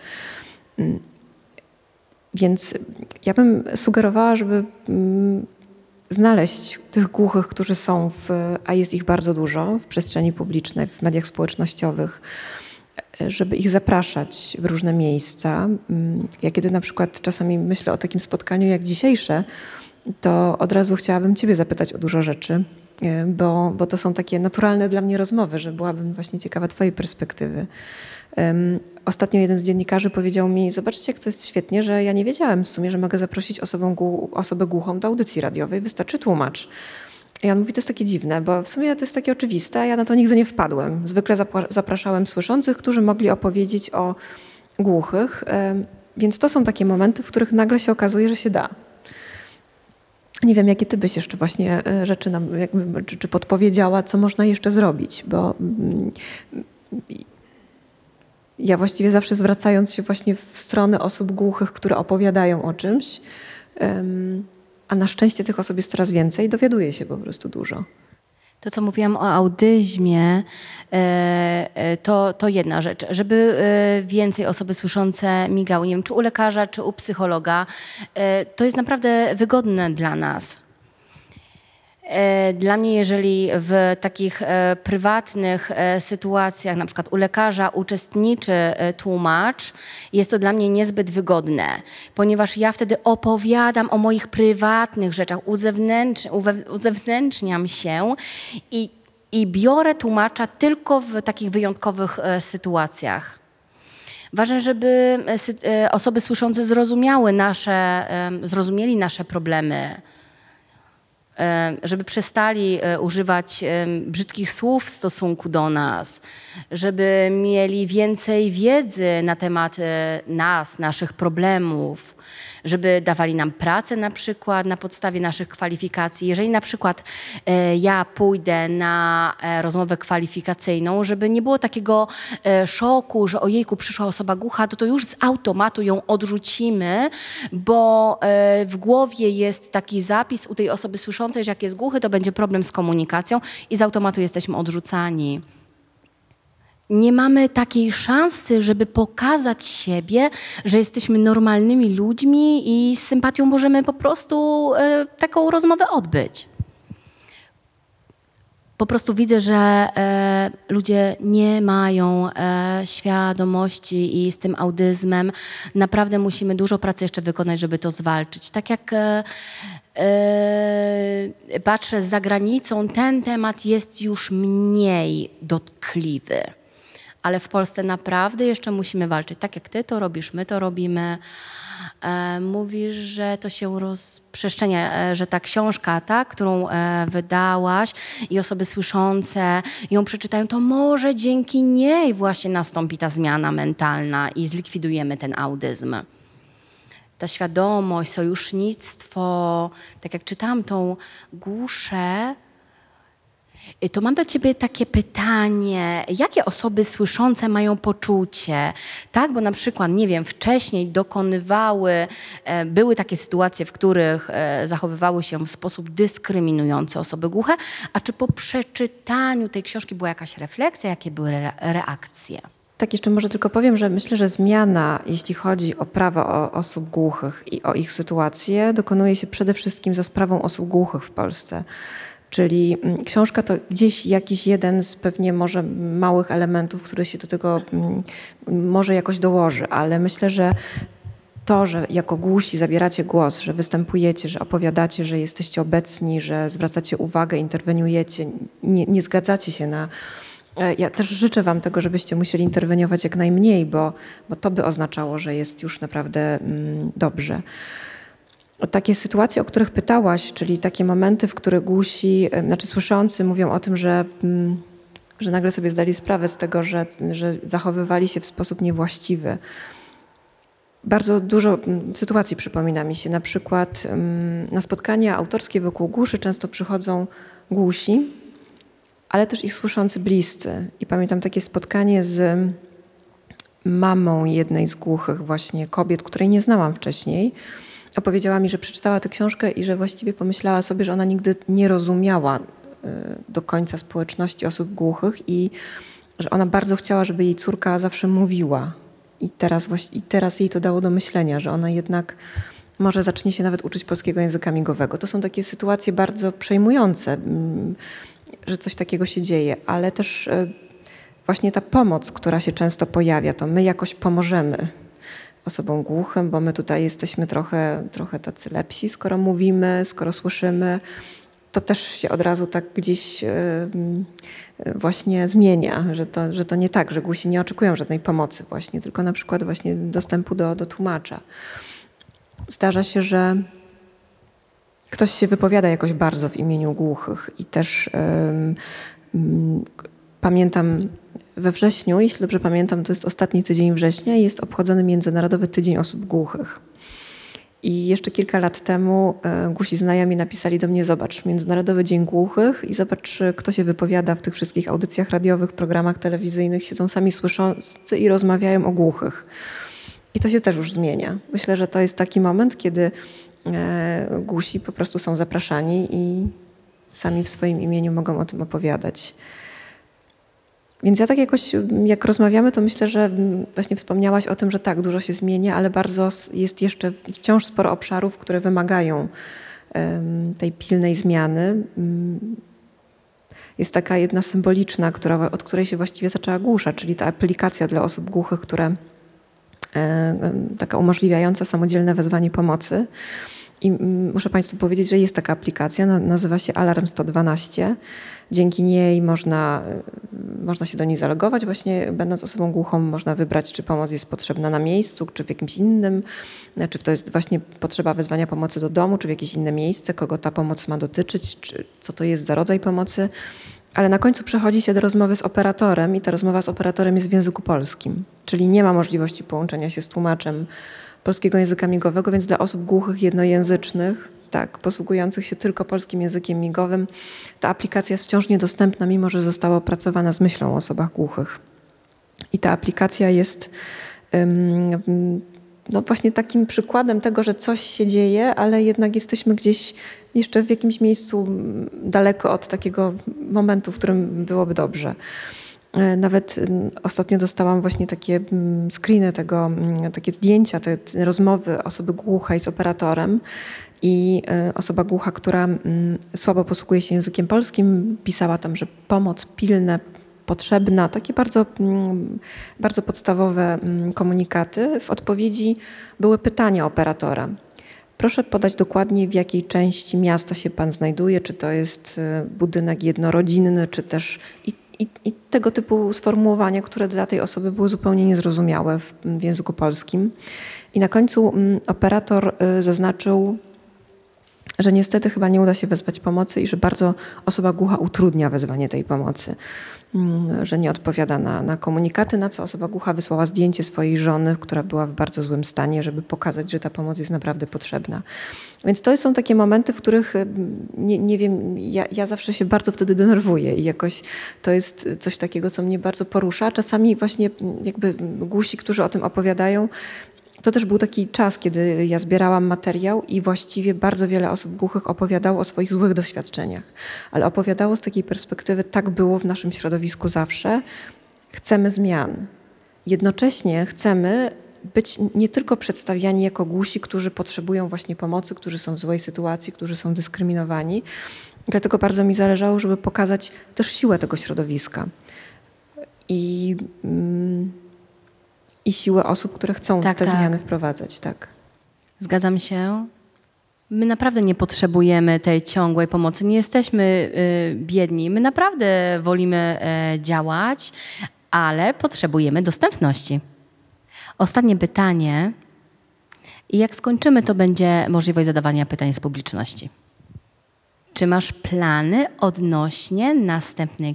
Więc ja bym sugerowała, żeby znaleźć tych głuchych, którzy są, a jest ich bardzo dużo w przestrzeni publicznej, w mediach społecznościowych, żeby ich zapraszać w różne miejsca. Ja kiedy na przykład czasami myślę o takim spotkaniu jak dzisiejsze, to od razu chciałabym Ciebie zapytać o dużo rzeczy, bo to są takie naturalne dla mnie rozmowy, że byłabym właśnie ciekawa Twojej perspektywy. Ostatnio jeden z dziennikarzy powiedział mi, zobaczcie, jak to jest świetnie, że ja nie wiedziałem w sumie, że mogę zaprosić osobę głuchą do audycji radiowej, wystarczy tłumacz. I on mówi, to jest takie dziwne, bo w sumie to jest takie oczywiste, a ja na to nigdy nie wpadłem. Zwykle zapraszałem słyszących, którzy mogli opowiedzieć o głuchych, więc to są takie momenty, w których nagle się okazuje, że się da. Nie wiem, jakie ty byś jeszcze właśnie rzeczy nam, czy podpowiedziała, co można jeszcze zrobić, bo ja właściwie zawsze zwracając się właśnie w stronę osób głuchych, które opowiadają o czymś, a na szczęście tych osób jest coraz więcej, dowiaduję się po prostu dużo. To, co mówiłam o autyzmie, to jedna rzecz. Żeby więcej osoby słyszące migały, nie wiem, czy u lekarza, czy u psychologa, to jest naprawdę wygodne dla nas. Dla mnie, jeżeli w takich prywatnych sytuacjach, na przykład u lekarza uczestniczy tłumacz, jest to dla mnie niezbyt wygodne, ponieważ ja wtedy opowiadam o moich prywatnych rzeczach, uzewnętrzniam się i biorę tłumacza tylko w takich wyjątkowych sytuacjach. Ważne, żeby osoby słyszące zrozumieli nasze problemy, żeby przestali używać brzydkich słów w stosunku do nas, żeby mieli więcej wiedzy na temat nas, naszych problemów, żeby dawali nam pracę na przykład na podstawie naszych kwalifikacji. Jeżeli na przykład ja pójdę na rozmowę kwalifikacyjną, żeby nie było takiego szoku, że ojejku, przyszła osoba głucha, to już z automatu ją odrzucimy, bo w głowie jest taki zapis u tej osoby słyszącej, że jak jest głuchy, to będzie problem z komunikacją i z automatu jesteśmy odrzucani. Nie mamy takiej szansy, żeby pokazać siebie, że jesteśmy normalnymi ludźmi i z sympatią możemy po prostu taką rozmowę odbyć. Po prostu widzę, że ludzie nie mają świadomości i z tym autyzmem naprawdę musimy dużo pracy jeszcze wykonać, żeby to zwalczyć. Tak jak patrzę za granicą, ten temat jest już mniej dotkliwy. Ale w Polsce naprawdę jeszcze musimy walczyć. Tak jak ty to robisz, my to robimy. Mówisz, że to się rozprzestrzenia, że ta książka, ta, którą wydałaś i osoby słyszące ją przeczytają, to może dzięki niej właśnie nastąpi ta zmiana mentalna i zlikwidujemy ten autyzm. Ta świadomość, sojusznictwo, tak jak czytałam tą Głuszę, to mam do ciebie takie pytanie, jakie osoby słyszące mają poczucie, tak? Bo na przykład, nie wiem, wcześniej były takie sytuacje, w których zachowywały się w sposób dyskryminujący osoby głuche, a czy po przeczytaniu tej książki była jakaś refleksja, jakie były reakcje? Tak, jeszcze może tylko powiem, że myślę, że zmiana, jeśli chodzi o prawa osób głuchych i o ich sytuację, dokonuje się przede wszystkim za sprawą osób głuchych w Polsce. Czyli książka to gdzieś jakiś jeden z pewnie może małych elementów, który się do tego może jakoś dołoży, ale myślę, że to, że jako głusi zabieracie głos, że występujecie, że opowiadacie, że jesteście obecni, że zwracacie uwagę, interweniujecie, nie zgadzacie się na... Ja też życzę wam tego, żebyście musieli interweniować jak najmniej, bo to by oznaczało, że jest już naprawdę dobrze. Takie sytuacje, o których pytałaś, czyli takie momenty, w których głusi, słyszący mówią o tym, że nagle sobie zdali sprawę z tego, że zachowywali się w sposób niewłaściwy. Bardzo dużo sytuacji przypomina mi się. Na przykład na spotkania autorskie wokół głuszy często przychodzą głusi, ale też ich słyszący bliscy. I pamiętam takie spotkanie z mamą jednej z głuchych właśnie kobiet, której nie znałam wcześniej. Opowiedziała mi, że przeczytała tę książkę i że właściwie pomyślała sobie, że ona nigdy nie rozumiała do końca społeczności osób głuchych i że ona bardzo chciała, żeby jej córka zawsze mówiła. I teraz jej to dało do myślenia, że ona jednak może zacznie się nawet uczyć polskiego języka migowego. To są takie sytuacje bardzo przejmujące, że coś takiego się dzieje, ale też właśnie ta pomoc, która się często pojawia, to my jakoś pomożemy osobom głuchym, bo my tutaj jesteśmy trochę tacy lepsi, skoro mówimy, skoro słyszymy. To też się od razu tak gdzieś właśnie zmienia, że to nie tak, że głusi nie oczekują żadnej pomocy właśnie, tylko na przykład właśnie dostępu do tłumacza. Zdarza się, że ktoś się wypowiada jakoś bardzo w imieniu głuchych i też pamiętam we wrześniu, jeśli dobrze pamiętam, to jest ostatni tydzień września i jest obchodzony Międzynarodowy Tydzień Osób Głuchych. I jeszcze kilka lat temu głusi znajomi napisali do mnie: zobacz, Międzynarodowy Dzień Głuchych i zobacz, kto się wypowiada w tych wszystkich audycjach radiowych, programach telewizyjnych. Siedzą sami słyszący i rozmawiają o głuchych. I to się też już zmienia. Myślę, że to jest taki moment, kiedy głusi po prostu są zapraszani i sami w swoim imieniu mogą o tym opowiadać. Więc ja tak jakoś, jak rozmawiamy, to myślę, że właśnie wspomniałaś o tym, że tak, dużo się zmienia, ale bardzo jest jeszcze wciąż sporo obszarów, które wymagają tej pilnej zmiany. Jest taka jedna symboliczna, od której się właściwie zaczęła Głusza, czyli ta aplikacja dla osób głuchych, taka umożliwiająca samodzielne wezwanie pomocy. I muszę Państwu powiedzieć, że jest taka aplikacja, nazywa się Alarm 112. Dzięki niej można się do niej zalogować. Właśnie będąc osobą głuchą można wybrać, czy pomoc jest potrzebna na miejscu, czy w jakimś innym, czy to jest właśnie potrzeba wezwania pomocy do domu, czy w jakieś inne miejsce, kogo ta pomoc ma dotyczyć, czy co to jest za rodzaj pomocy. Ale na końcu przechodzi się do rozmowy z operatorem i ta rozmowa z operatorem jest w języku polskim, czyli nie ma możliwości połączenia się z tłumaczem polskiego języka migowego, więc dla osób głuchych jednojęzycznych, tak, posługujących się tylko polskim językiem migowym, ta aplikacja jest wciąż niedostępna, mimo że została opracowana z myślą o osobach głuchych. I ta aplikacja jest właśnie takim przykładem tego, że coś się dzieje, ale jednak jesteśmy gdzieś jeszcze w jakimś miejscu daleko od takiego momentu, w którym byłoby dobrze. Nawet ostatnio dostałam właśnie takie screeny takie zdjęcia, te rozmowy osoby głuchej z operatorem i osoba głucha, która słabo posługuje się językiem polskim, pisała tam, że pomoc pilna, potrzebna, takie bardzo, bardzo podstawowe komunikaty. W odpowiedzi były pytania operatora. Proszę podać dokładnie, w jakiej części miasta się pan znajduje, czy to jest budynek jednorodzinny, czy też... i tego typu sformułowania, które dla tej osoby były zupełnie niezrozumiałe w języku polskim. I na końcu operator zaznaczył, że niestety chyba nie uda się wezwać pomocy i że bardzo osoba głucha utrudnia wezwanie tej pomocy, że nie odpowiada na komunikaty, na co osoba głucha wysłała zdjęcie swojej żony, która była w bardzo złym stanie, żeby pokazać, że ta pomoc jest naprawdę potrzebna. Więc to są takie momenty, w których nie wiem, ja zawsze się bardzo wtedy denerwuję i jakoś to jest coś takiego, co mnie bardzo porusza. Czasami właśnie jakby głusi, którzy o tym opowiadają, to też był taki czas, kiedy ja zbierałam materiał i właściwie bardzo wiele osób głuchych opowiadało o swoich złych doświadczeniach. Ale opowiadało z takiej perspektywy, tak było w naszym środowisku zawsze. Chcemy zmian. Jednocześnie chcemy być nie tylko przedstawiani jako głusi, którzy potrzebują właśnie pomocy, którzy są w złej sytuacji, którzy są dyskryminowani. Dlatego bardzo mi zależało, żeby pokazać też siłę tego środowiska. I siłę osób, które chcą te zmiany wprowadzać. Tak. Zgadzam się. My naprawdę nie potrzebujemy tej ciągłej pomocy. Nie jesteśmy biedni. My naprawdę wolimy działać, ale potrzebujemy dostępności. Ostatnie pytanie. I jak skończymy, to będzie możliwość zadawania pytań z publiczności. Czy masz plany odnośnie następnej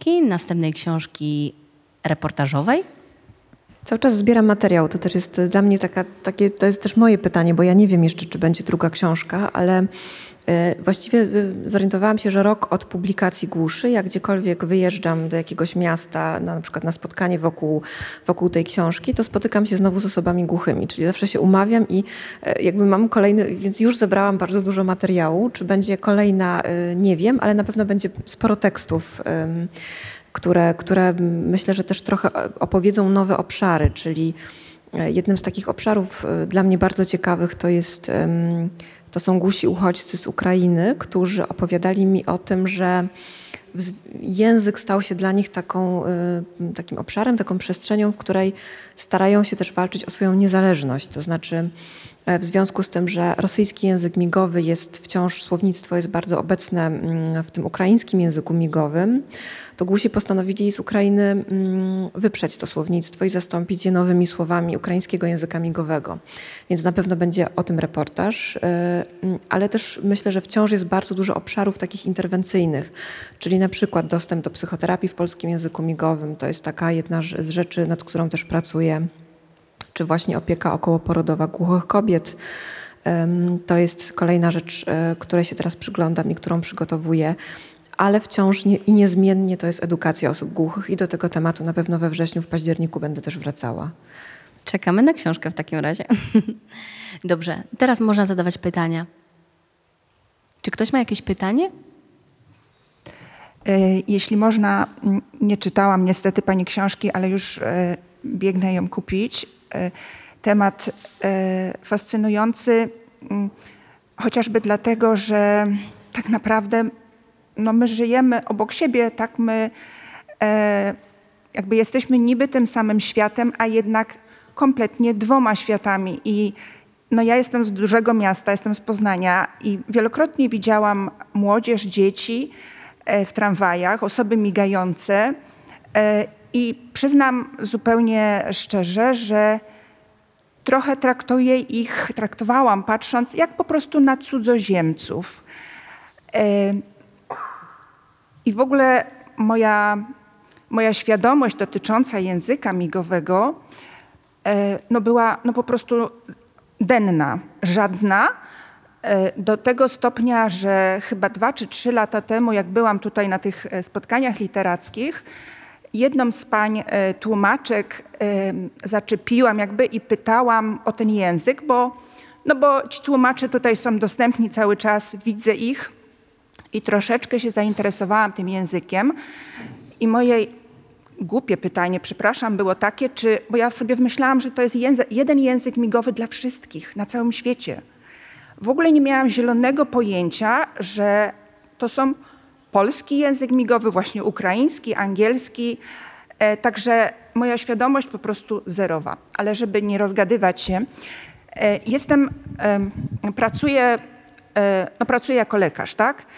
książki reportażowej? Cały czas zbieram materiał. To też jest dla mnie to jest też moje pytanie, bo ja nie wiem jeszcze, czy będzie druga książka, ale właściwie zorientowałam się, że rok od publikacji Głuszy, jak gdziekolwiek wyjeżdżam do jakiegoś miasta, na przykład na spotkanie wokół tej książki, to spotykam się znowu z osobami głuchymi, czyli zawsze się umawiam i jakby mam kolejny, więc już zebrałam bardzo dużo materiału. Czy będzie kolejna, nie wiem, ale na pewno będzie sporo tekstów, które myślę, że też trochę opowiedzą nowe obszary, czyli jednym z takich obszarów dla mnie bardzo ciekawych to są głusi uchodźcy z Ukrainy, którzy opowiadali mi o tym, że język stał się dla nich takim obszarem, taką przestrzenią, w której starają się też walczyć o swoją niezależność. To znaczy w związku z tym, że rosyjski język migowy słownictwo jest bardzo obecne w tym ukraińskim języku migowym, to głusi postanowili z Ukrainy wyprzeć to słownictwo i zastąpić je nowymi słowami ukraińskiego języka migowego. Więc na pewno będzie o tym reportaż, ale też myślę, że wciąż jest bardzo dużo obszarów takich interwencyjnych, czyli na przykład dostęp do psychoterapii w polskim języku migowym. To jest taka jedna z rzeczy, nad którą też pracuję, czy właśnie opieka okołoporodowa głuchych kobiet. To jest kolejna rzecz, której się teraz przyglądam i którą przygotowuję. Ale wciąż niezmiennie to jest edukacja osób głuchych i do tego tematu na pewno we wrześniu, w październiku będę też wracała. Czekamy na książkę w takim razie. Dobrze, teraz można zadawać pytania. Czy ktoś ma jakieś pytanie? Jeśli można, nie czytałam niestety pani książki, ale już biegnę ją kupić. Temat fascynujący, chociażby dlatego, że tak naprawdę my żyjemy obok siebie, tak my jakby jesteśmy niby tym samym światem, a jednak kompletnie dwoma światami. I ja jestem z dużego miasta, jestem z Poznania i wielokrotnie widziałam młodzież, dzieci w tramwajach, osoby migające i przyznam zupełnie szczerze, że trochę traktowałam patrząc jak po prostu na cudzoziemców. I w ogóle moja świadomość dotycząca języka migowego była po prostu denna, żadna. Do tego stopnia, że chyba 2 czy 3 lata temu, jak byłam tutaj na tych spotkaniach literackich, jedną z pań tłumaczek zaczepiłam i pytałam o ten język, bo ci tłumacze tutaj są dostępni cały czas, widzę ich i troszeczkę się zainteresowałam tym językiem. I moje głupie pytanie, przepraszam, było takie, bo ja sobie wymyślałam, że to jest jeden język migowy dla wszystkich na całym świecie. W ogóle nie miałam zielonego pojęcia, że to są polski język migowy, właśnie ukraiński, angielski, także moja świadomość po prostu zerowa. Ale żeby nie rozgadywać się, pracuję jako lekarz, tak?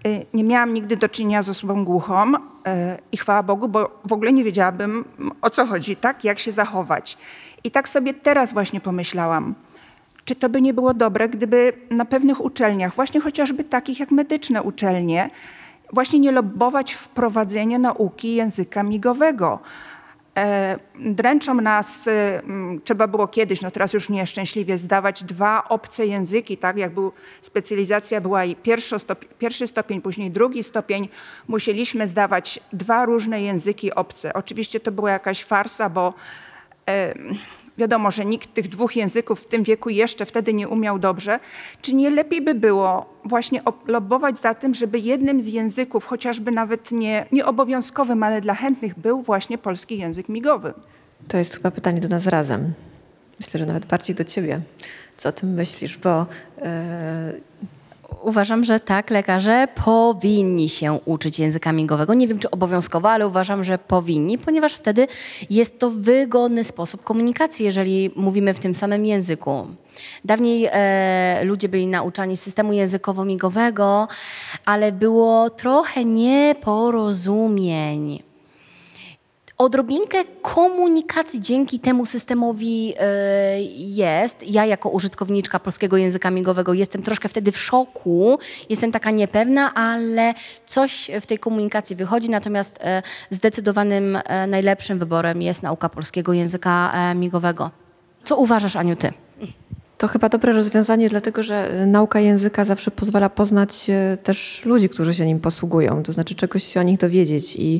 Nie miałam nigdy do czynienia z osobą głuchą i chwała Bogu, bo w ogóle nie wiedziałabym, o co chodzi, tak? Jak się zachować. I tak sobie teraz właśnie pomyślałam, czy to by nie było dobre, gdyby na pewnych uczelniach, właśnie chociażby takich jak medyczne uczelnie, właśnie nie lobbować wprowadzenia nauki języka migowego. Dręczą nas, trzeba było kiedyś, no teraz już nieszczęśliwie, zdawać 2 obce języki, tak? Jak specjalizacja była i pierwszy stopień, później drugi stopień, musieliśmy zdawać 2 różne języki obce. Oczywiście to była jakaś farsa, bo wiadomo, że nikt tych 2 języków w tym wieku jeszcze wtedy nie umiał dobrze. Czy nie lepiej by było właśnie lobbować za tym, żeby jednym z języków, chociażby nawet nie obowiązkowym, ale dla chętnych, był właśnie polski język migowy? To jest chyba pytanie do nas razem. Myślę, że nawet bardziej do ciebie. Co o tym myślisz? Bo Uważam, że tak, lekarze powinni się uczyć języka migowego. Nie wiem, czy obowiązkowo, ale uważam, że powinni, ponieważ wtedy jest to wygodny sposób komunikacji, jeżeli mówimy w tym samym języku. Dawniej ludzie byli nauczani systemu językowo-migowego, ale było trochę nieporozumień. Odrobinkę komunikacji dzięki temu systemowi jest. Ja jako użytkowniczka polskiego języka migowego jestem troszkę wtedy w szoku, jestem taka niepewna, ale coś w tej komunikacji wychodzi, natomiast zdecydowanym najlepszym wyborem jest nauka polskiego języka migowego. Co uważasz, Aniu, ty? to chyba dobre rozwiązanie, dlatego że nauka języka zawsze pozwala poznać też ludzi, którzy się nim posługują, to znaczy czegoś się o nich dowiedzieć i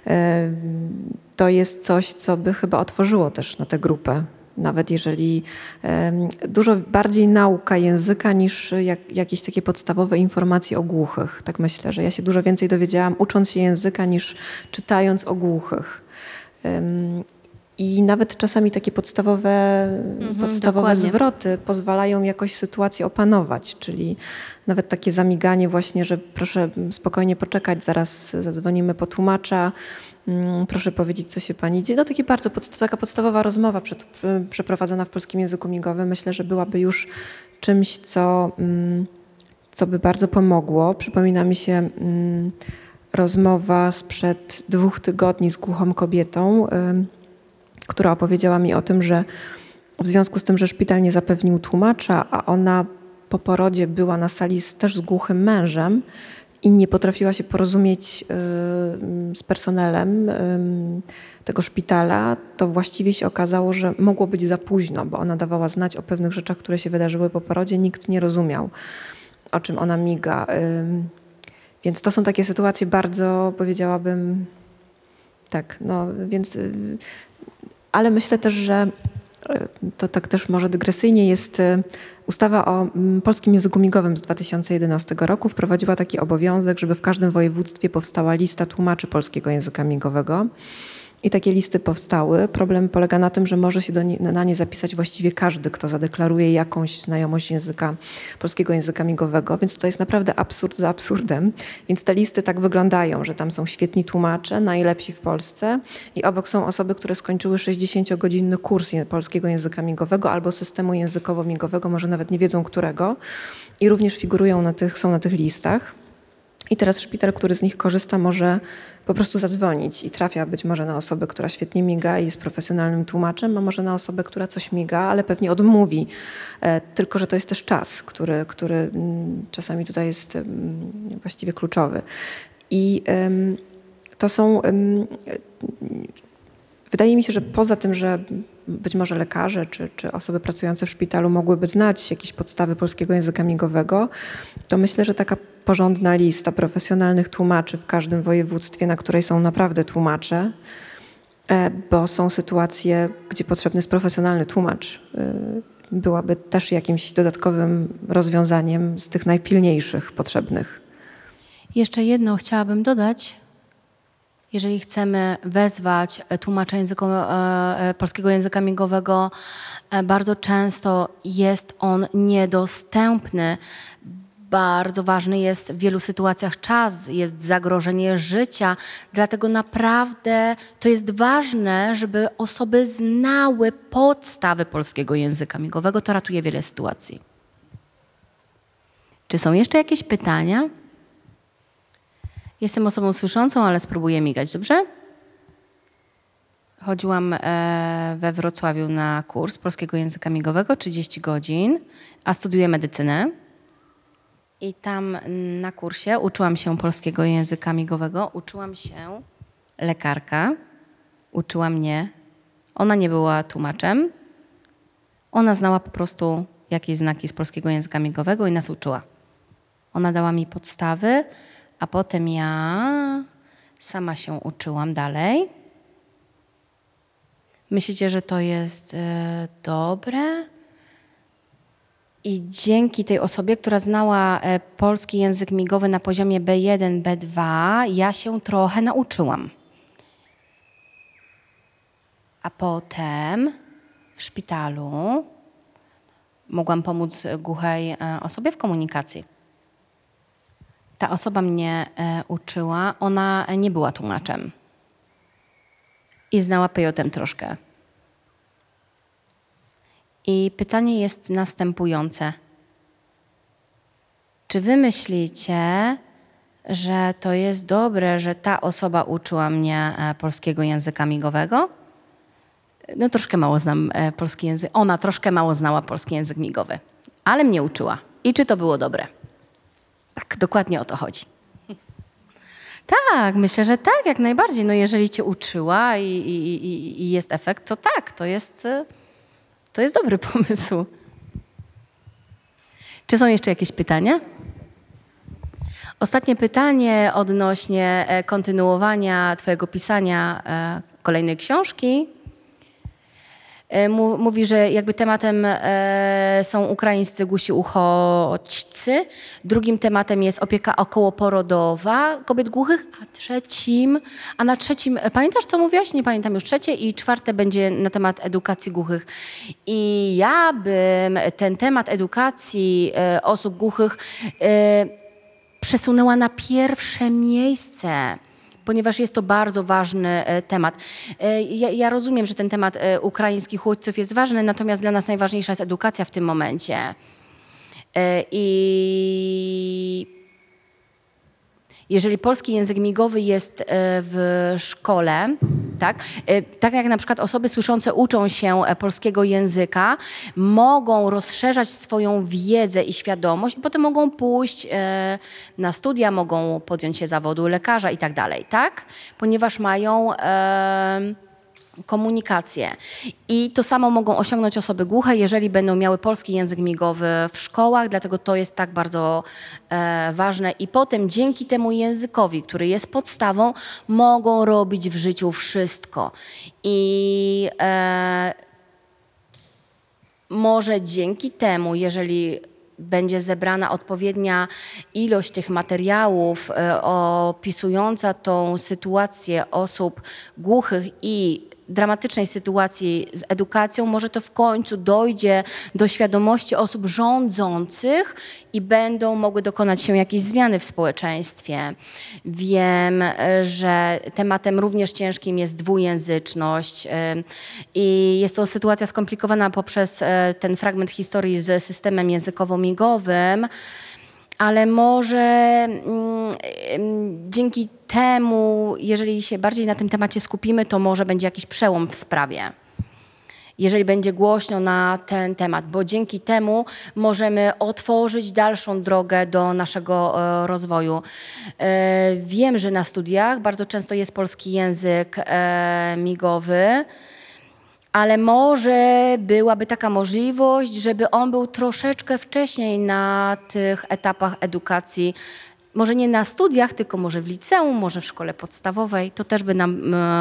to jest coś, co by chyba otworzyło też na tę grupę. Nawet jeżeli dużo bardziej nauka języka niż jakieś takie podstawowe informacje o głuchych. Tak myślę, że ja się dużo więcej dowiedziałam ucząc się języka niż czytając o głuchych. I nawet czasami takie podstawowe zwroty pozwalają jakoś sytuację opanować, czyli nawet takie zamiganie właśnie, że proszę spokojnie poczekać, zaraz zadzwonimy po tłumacza, proszę powiedzieć, co się pani dzieje. No taka podstawowa rozmowa przeprowadzona w polskim języku migowym myślę, że byłaby już czymś, co by bardzo pomogło. Przypomina mi się rozmowa sprzed 2 tygodni z głuchą kobietą, która opowiedziała mi o tym, że w związku z tym, że szpital nie zapewnił tłumacza, a ona po porodzie była na sali też z głuchym mężem i nie potrafiła się porozumieć z personelem tego szpitala, to właściwie się okazało, że mogło być za późno, bo ona dawała znać o pewnych rzeczach, które się wydarzyły po porodzie. Nikt nie rozumiał, o czym ona miga. Więc to są takie sytuacje bardzo, powiedziałabym, tak, no więc... Ale myślę też, że to tak też może dygresyjnie jest ustawa o polskim języku migowym z 2011 roku. Wprowadziła taki obowiązek, żeby w każdym województwie powstała lista tłumaczy polskiego języka migowego. I takie listy powstały. Problem polega na tym, że może się na nie zapisać właściwie każdy, kto zadeklaruje jakąś znajomość polskiego języka migowego, więc tutaj jest naprawdę absurd za absurdem. Więc te listy tak wyglądają, że tam są świetni tłumacze, najlepsi w Polsce i obok są osoby, które skończyły 60-godzinny kurs polskiego języka migowego albo systemu językowo-migowego, może nawet nie wiedzą którego i również figurują są na tych listach. I teraz szpital, który z nich korzysta, może po prostu zadzwonić i trafia być może na osobę, która świetnie miga i jest profesjonalnym tłumaczem, a może na osobę, która coś miga, ale pewnie odmówi. Tylko że to jest też czas, który czasami tutaj jest właściwie kluczowy. I to są... Wydaje mi się, że poza tym, że być może lekarze czy osoby pracujące w szpitalu mogłyby znać jakieś podstawy polskiego języka migowego, to myślę, że taka porządna lista profesjonalnych tłumaczy w każdym województwie, na której są naprawdę tłumacze, bo są sytuacje, gdzie potrzebny jest profesjonalny tłumacz, byłaby też jakimś dodatkowym rozwiązaniem z tych najpilniejszych potrzebnych. Jeszcze jedno chciałabym dodać. Jeżeli chcemy wezwać tłumacza polskiego języka migowego, bardzo często jest on niedostępny. Bardzo ważny jest w wielu sytuacjach czas, jest zagrożenie życia. Dlatego naprawdę to jest ważne, żeby osoby znały podstawy polskiego języka migowego. To ratuje wiele sytuacji. Czy są jeszcze jakieś pytania? Jestem osobą słyszącą, ale spróbuję migać, dobrze? Chodziłam we Wrocławiu na kurs polskiego języka migowego, 30 godzin, a studiuję medycynę. I tam na kursie uczyłam się polskiego języka migowego, uczyłam się lekarka, uczyła mnie. Ona nie była tłumaczem, ona znała po prostu jakieś znaki z polskiego języka migowego i nas uczyła. Ona dała mi podstawy, a potem ja sama się uczyłam dalej. Myślicie, że to jest dobre? I dzięki tej osobie, która znała polski język migowy na poziomie B1, B2, ja się trochę nauczyłam. A potem w szpitalu mogłam pomóc głuchej osobie w komunikacji. Ta osoba mnie uczyła, ona nie była tłumaczem i znała pejotem troszkę. I pytanie jest następujące. Czy wy myślicie, że to jest dobre, że ta osoba uczyła mnie polskiego języka migowego? No troszkę mało znam polski język. Ona troszkę mało znała polski język migowy, ale mnie uczyła. I czy to było dobre? Tak, dokładnie o to chodzi. Tak, myślę, że tak, jak najbardziej. No jeżeli cię uczyła i jest efekt, to tak, to jest dobry pomysł. Czy są jeszcze jakieś pytania? Ostatnie pytanie odnośnie kontynuowania twojego pisania kolejnej książki. Mówi, że jakby tematem są ukraińscy głusi uchodźcy, drugim tematem jest opieka okołoporodowa kobiet głuchych, a na trzecim, pamiętasz co mówiłaś? Nie pamiętam już, trzecie i czwarte będzie na temat edukacji głuchych. I ja bym ten temat edukacji osób głuchych przesunęła na pierwsze miejsce, ponieważ jest to bardzo ważny temat. Ja rozumiem, że ten temat ukraińskich uchodźców jest ważny, natomiast dla nas najważniejsza jest edukacja w tym momencie. I jeżeli polski język migowy jest w szkole, tak jak na przykład osoby słyszące uczą się polskiego języka, mogą rozszerzać swoją wiedzę i świadomość i potem mogą pójść na studia, mogą podjąć się zawodu lekarza i tak dalej, tak? Ponieważ mają komunikację. I to samo mogą osiągnąć osoby głuche, jeżeli będą miały polski język migowy w szkołach, dlatego to jest tak bardzo ważne. I potem dzięki temu językowi, który jest podstawą, mogą robić w życiu wszystko. I może dzięki temu, jeżeli będzie zebrana odpowiednia ilość tych materiałów opisująca tą sytuację osób głuchych i dramatycznej sytuacji z edukacją, może to w końcu dojdzie do świadomości osób rządzących i będą mogły dokonać się jakieś zmiany w społeczeństwie. Wiem, że tematem również ciężkim jest dwujęzyczność i jest to sytuacja skomplikowana poprzez ten fragment historii z systemem językowo-migowym, ale może dzięki temu, jeżeli się bardziej na tym temacie skupimy, to może będzie jakiś przełom w sprawie. Jeżeli będzie głośno na ten temat, bo dzięki temu możemy otworzyć dalszą drogę do naszego rozwoju. Wiem, że na studiach bardzo często jest polski język migowy, ale może byłaby taka możliwość, żeby on był troszeczkę wcześniej na tych etapach edukacji. Może nie na studiach, tylko może w liceum, może w szkole podstawowej. To też by nam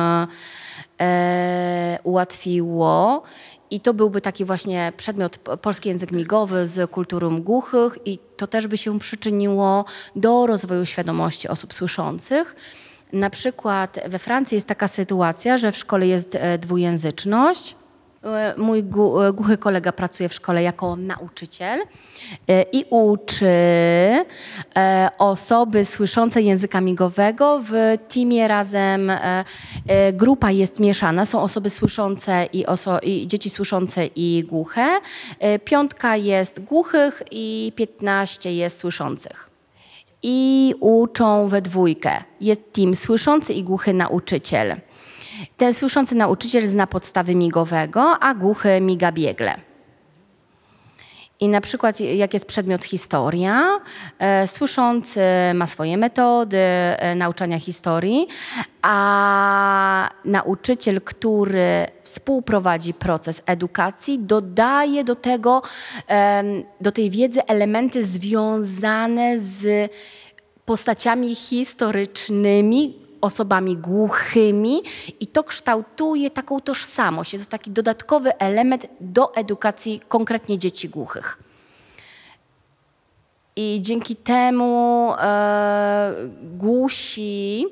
ułatwiło. I to byłby taki właśnie przedmiot polski język migowy z kulturą głuchych i to też by się przyczyniło do rozwoju świadomości osób słyszących. Na przykład we Francji jest taka sytuacja, że w szkole jest dwujęzyczność. Mój głuchy kolega pracuje w szkole jako nauczyciel i uczy osoby słyszące języka migowego. W teamie razem grupa jest mieszana. Są osoby słyszące i dzieci słyszące i głuche. 5 jest głuchych i 15 jest słyszących. i uczą we dwójkę. Jest team słyszący i głuchy nauczyciel. Ten słyszący nauczyciel zna podstawy migowego, a głuchy miga biegle. I na przykład jak jest przedmiot historia, słyszący ma swoje metody nauczania historii, a nauczyciel, który współprowadzi proces edukacji, dodaje do tego, do tej wiedzy elementy związane z postaciami historycznymi, osobami głuchymi i to kształtuje taką tożsamość. Jest to taki dodatkowy element do edukacji konkretnie dzieci głuchych. I dzięki temu głusi,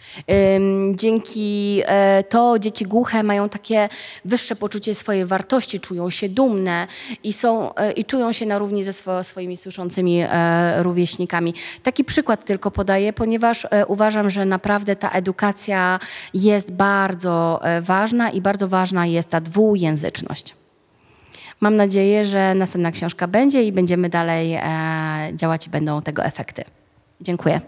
dzięki to dzieci głuche mają takie wyższe poczucie swojej wartości, czują się dumne i czują się na równi ze swoimi słyszącymi rówieśnikami. Taki przykład tylko podaję, ponieważ uważam, że naprawdę ta edukacja jest bardzo ważna i bardzo ważna jest ta dwujęzyczność. Mam nadzieję, że następna książka będzie i będziemy dalej działać i będą tego efekty. Dziękuję.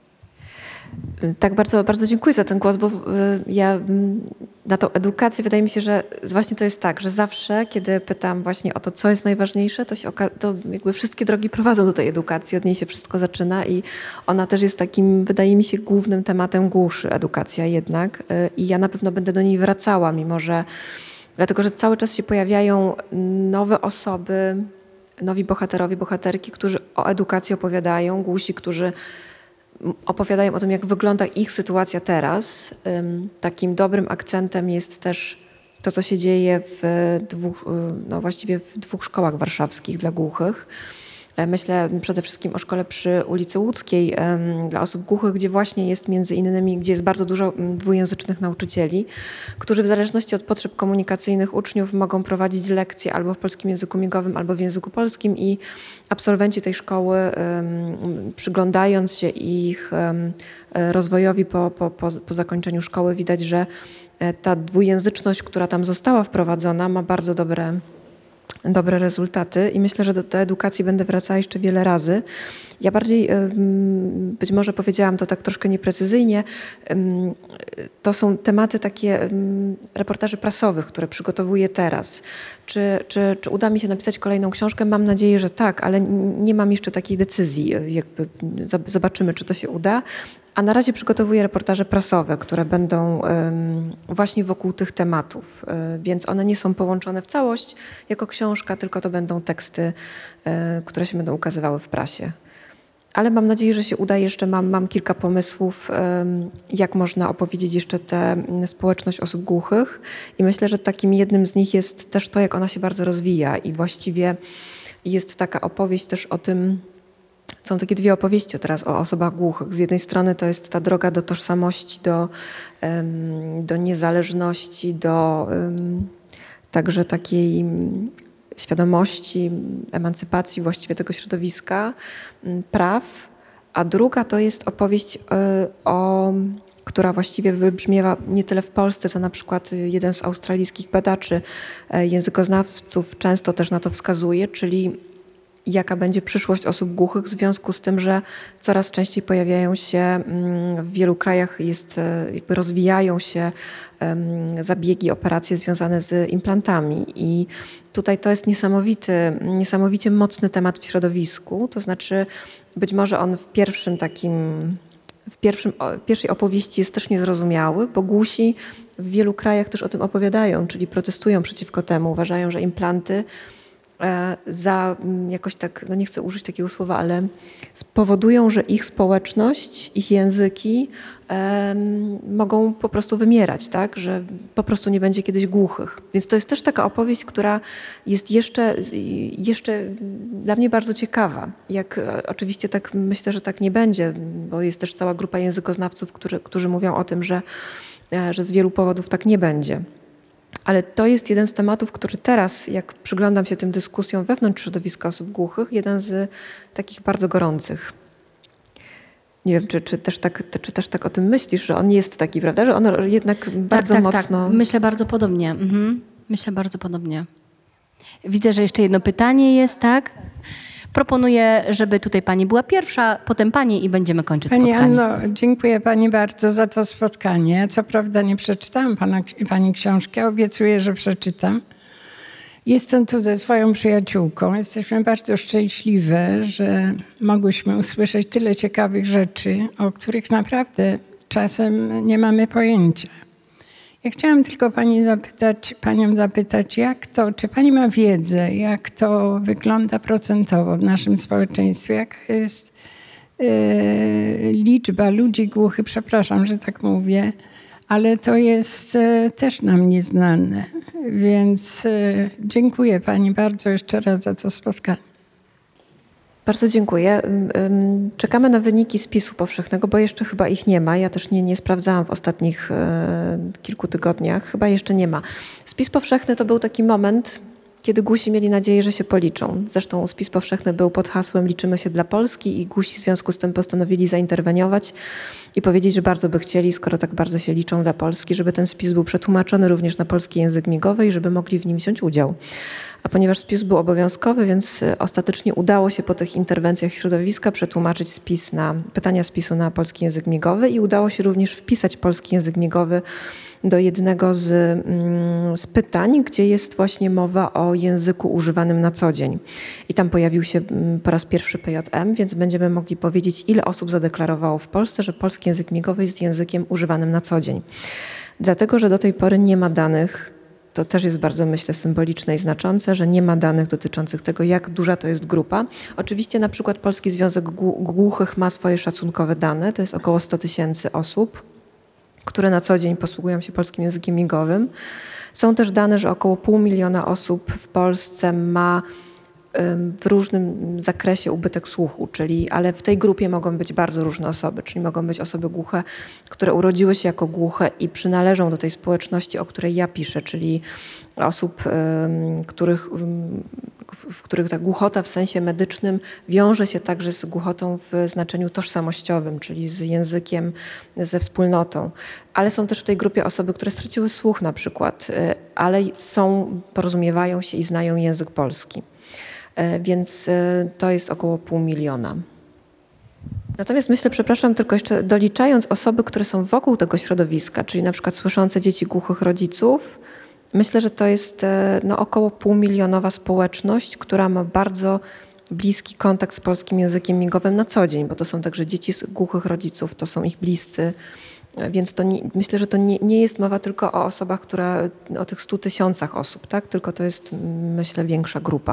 Tak, bardzo, bardzo dziękuję za ten głos, bo ja na tą edukację wydaje mi się, że właśnie to jest tak, że zawsze, kiedy pytam właśnie o to, co jest najważniejsze, to jakby wszystkie drogi prowadzą do tej edukacji, od niej się wszystko zaczyna i ona też jest takim, wydaje mi się, głównym tematem głuszy, edukacja jednak. I ja na pewno będę do niej wracała, mimo że, dlatego że cały czas się pojawiają nowe osoby, nowi bohaterowie, bohaterki, którzy o edukacji opowiadają, głusi, którzy opowiadają o tym, jak wygląda ich sytuacja teraz. Takim dobrym akcentem jest też to, co się dzieje właściwie w 2 szkołach warszawskich dla głuchych. Myślę przede wszystkim o szkole przy ulicy Łódzkiej dla osób głuchych, gdzie właśnie jest między innymi, gdzie jest bardzo dużo dwujęzycznych nauczycieli, którzy w zależności od potrzeb komunikacyjnych uczniów mogą prowadzić lekcje albo w polskim języku migowym, albo w języku polskim i absolwenci tej szkoły, przyglądając się ich rozwojowi po zakończeniu szkoły, widać, że ta dwujęzyczność, która tam została wprowadzona, ma bardzo dobre rezultaty i myślę, że do tej edukacji będę wracała jeszcze wiele razy. Ja bardziej, być może powiedziałam to tak troszkę nieprecyzyjnie, to są tematy takie reportaży prasowych, które przygotowuję teraz. Czy uda mi się napisać kolejną książkę? Mam nadzieję, że tak, ale nie mam jeszcze takiej decyzji. Jakby zobaczymy, czy to się uda. A na razie przygotowuję reportaże prasowe, które będą właśnie wokół tych tematów, więc one nie są połączone w całość jako książka, tylko to będą teksty, które się będą ukazywały w prasie. Ale mam nadzieję, że się uda. Jeszcze mam kilka pomysłów, jak można opowiedzieć jeszcze tę społeczność osób głuchych i myślę, że takim jednym z nich jest też to, jak ona się bardzo rozwija i właściwie jest taka opowieść też o tym. Są takie 2 opowieści teraz o osobach głuchych. Z jednej strony to jest ta droga do tożsamości, do niezależności, do także takiej świadomości, emancypacji właściwie tego środowiska, praw. A druga to jest opowieść, która właściwie wybrzmiewa nie tyle w Polsce, co na przykład jeden z australijskich badaczy, językoznawców często też na to wskazuje, czyli jaka będzie przyszłość osób głuchych w związku z tym, że coraz częściej pojawiają się w wielu krajach, jakby rozwijają się zabiegi, operacje związane z implantami. I tutaj to jest niesamowicie mocny temat w środowisku. To znaczy być może on w pierwszej opowieści jest też niezrozumiały, bo głusi w wielu krajach też o tym opowiadają, czyli protestują przeciwko temu, uważają, że implanty jakoś tak, no nie chcę użyć takiego słowa, ale spowodują, że ich społeczność, ich języki mogą po prostu wymierać, tak? Że po prostu nie będzie kiedyś głuchych. Więc to jest też taka opowieść, która jest jeszcze dla mnie bardzo ciekawa. Oczywiście tak myślę, że tak nie będzie, bo jest też cała grupa językoznawców, którzy mówią o tym, że z wielu powodów tak nie będzie. Ale to jest jeden z tematów, który teraz, jak przyglądam się tym dyskusjom wewnątrz środowiska osób głuchych, jeden z takich bardzo gorących. Nie wiem, czy też tak o tym myślisz, że on jest taki, prawda? Że on jednak bardzo mocno... Tak. Myślę bardzo podobnie. Myślę bardzo podobnie. Widzę, że jeszcze jedno pytanie jest, tak? Proponuję, żeby tutaj pani była pierwsza, potem pani i będziemy kończyć Pani spotkanie. Anno, dziękuję pani bardzo za to spotkanie. Co prawda nie przeczytałam pani książki, obiecuję, że przeczytam. Jestem tu ze swoją przyjaciółką. Jesteśmy bardzo szczęśliwe, że mogłyśmy usłyszeć tyle ciekawych rzeczy, o których naprawdę czasem nie mamy pojęcia. Ja chciałam tylko panią zapytać, czy pani ma wiedzę, jak to wygląda procentowo w naszym społeczeństwie, jaka jest liczba ludzi głuchych, przepraszam, że tak mówię, ale to jest też nam nieznane. Więc dziękuję pani bardzo jeszcze raz za to spotkanie. Bardzo dziękuję. Czekamy na wyniki spisu powszechnego, bo jeszcze chyba ich nie ma. Ja też nie sprawdzałam w ostatnich kilku tygodniach. Chyba jeszcze nie ma. Spis powszechny to był taki moment, kiedy głusi mieli nadzieję, że się policzą. Zresztą spis powszechny był pod hasłem Liczymy się dla Polski i głusi w związku z tym postanowili zainterweniować i powiedzieć, że bardzo by chcieli, skoro tak bardzo się liczą dla Polski, żeby ten spis był przetłumaczony również na polski język migowy i żeby mogli w nim wziąć udział. A ponieważ spis był obowiązkowy, więc ostatecznie udało się po tych interwencjach środowiska przetłumaczyć pytania spisu na polski język migowy i udało się również wpisać polski język migowy do jednego z pytań, gdzie jest właśnie mowa o języku używanym na co dzień. I tam pojawił się po raz pierwszy PJM, więc będziemy mogli powiedzieć, ile osób zadeklarowało w Polsce, że polski język migowy jest językiem używanym na co dzień. Dlatego, że do tej pory nie ma danych, to też jest bardzo, myślę, symboliczne i znaczące, że nie ma danych dotyczących tego, jak duża to jest grupa. Oczywiście na przykład Polski Związek Głuchych ma swoje szacunkowe dane, to jest około 100 000 osób, które na co dzień posługują się polskim językiem migowym. Są też dane, że około 500 000 osób w Polsce ma w różnym zakresie ubytek słuchu, ale w tej grupie mogą być bardzo różne osoby, czyli mogą być osoby głuche, które urodziły się jako głuche i przynależą do tej społeczności, o której ja piszę, czyli osób, w których ta głuchota w sensie medycznym wiąże się także z głuchotą w znaczeniu tożsamościowym, czyli z językiem, ze wspólnotą. Ale są też w tej grupie osoby, które straciły słuch na przykład, ale porozumiewają się i znają język polski. Więc to jest około 500 000. Natomiast myślę, przepraszam, tylko jeszcze doliczając osoby, które są wokół tego środowiska, czyli na przykład słyszące dzieci głuchych rodziców, myślę, że to jest około 500 000 społeczność, która ma bardzo bliski kontakt z polskim językiem migowym na co dzień, bo to są także dzieci głuchych rodziców, to są ich bliscy. Więc myślę, że to nie jest mowa tylko o osobach, o tych 100 000 osób, tak? Tylko to jest, myślę, większa grupa.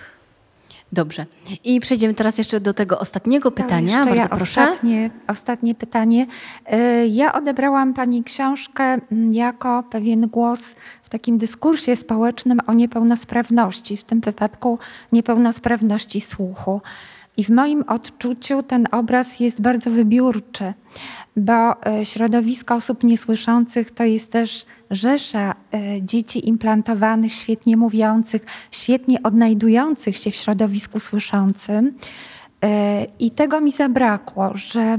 Dobrze. I przejdziemy teraz jeszcze do tego ostatniego pytania. Bardzo proszę. Ostatnie pytanie. Ja odebrałam pani książkę jako pewien głos w takim dyskursie społecznym o niepełnosprawności, w tym wypadku niepełnosprawności słuchu. I w moim odczuciu ten obraz jest bardzo wybiórczy, bo środowisko osób niesłyszących to jest też rzesza dzieci implantowanych, świetnie mówiących, świetnie odnajdujących się w środowisku słyszącym. I tego mi zabrakło, że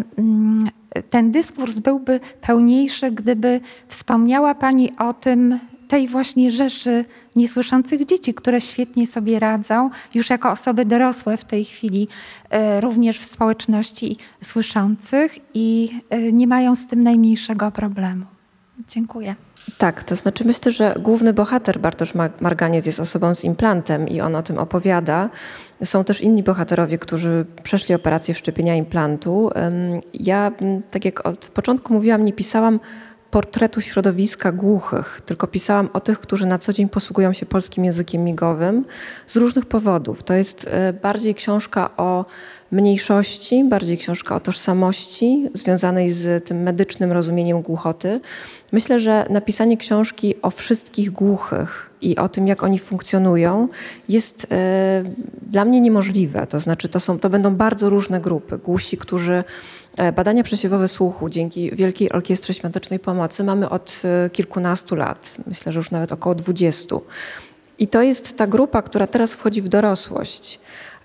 ten dyskurs byłby pełniejszy, gdyby wspomniała pani o tej właśnie rzeszy niesłyszących dzieci, które świetnie sobie radzą, już jako osoby dorosłe w tej chwili, również w społeczności słyszących i nie mają z tym najmniejszego problemu. Dziękuję. Tak, to znaczy myślę, że główny bohater Bartosz Marganiec jest osobą z implantem i on o tym opowiada. Są też inni bohaterowie, którzy przeszli operację wszczepienia implantu. Ja, tak jak od początku mówiłam, nie pisałam portretu środowiska głuchych, tylko pisałam o tych, którzy na co dzień posługują się polskim językiem migowym z różnych powodów. To jest bardziej książka o mniejszości, bardziej książka o tożsamości związanej z tym medycznym rozumieniem głuchoty. Myślę, że napisanie książki o wszystkich głuchych i o tym, jak oni funkcjonują, jest dla mnie niemożliwe. To znaczy, to będą bardzo różne grupy. Głusi, którzy badania przesiewowe słuchu dzięki Wielkiej Orkiestrze Świątecznej Pomocy mamy od kilkunastu lat. Myślę, że już nawet około 20. I to jest ta grupa, która teraz wchodzi w dorosłość.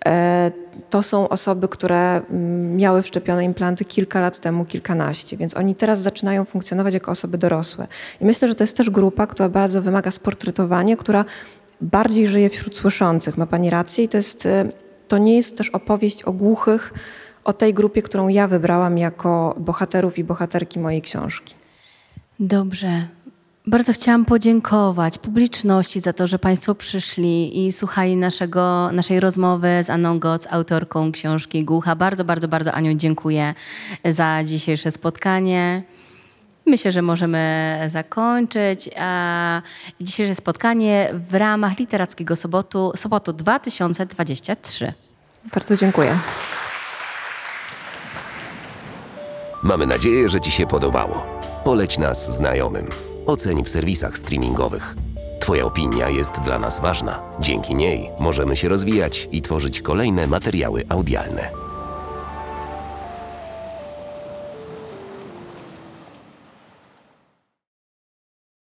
To są osoby, które miały wszczepione implanty kilka lat temu, kilkanaście, więc oni teraz zaczynają funkcjonować jako osoby dorosłe. I myślę, że to jest też grupa, która bardzo wymaga sportretowania, która bardziej żyje wśród słyszących. Ma pani rację i to jest to nie jest też opowieść o głuchych, o tej grupie, którą ja wybrałam jako bohaterów i bohaterki mojej książki. Dobrze. Bardzo chciałam podziękować publiczności za to, że Państwo przyszli i słuchali naszej rozmowy z Anną Goc, autorką książki Głucha. Bardzo, bardzo, bardzo Aniu dziękuję za dzisiejsze spotkanie. Myślę, że możemy zakończyć dzisiejsze spotkanie w ramach Literackiego Sobotu 2023. Bardzo dziękuję. Mamy nadzieję, że Ci się podobało. Poleć nas znajomym. Oceń w serwisach streamingowych. Twoja opinia jest dla nas ważna. Dzięki niej możemy się rozwijać i tworzyć kolejne materiały audialne.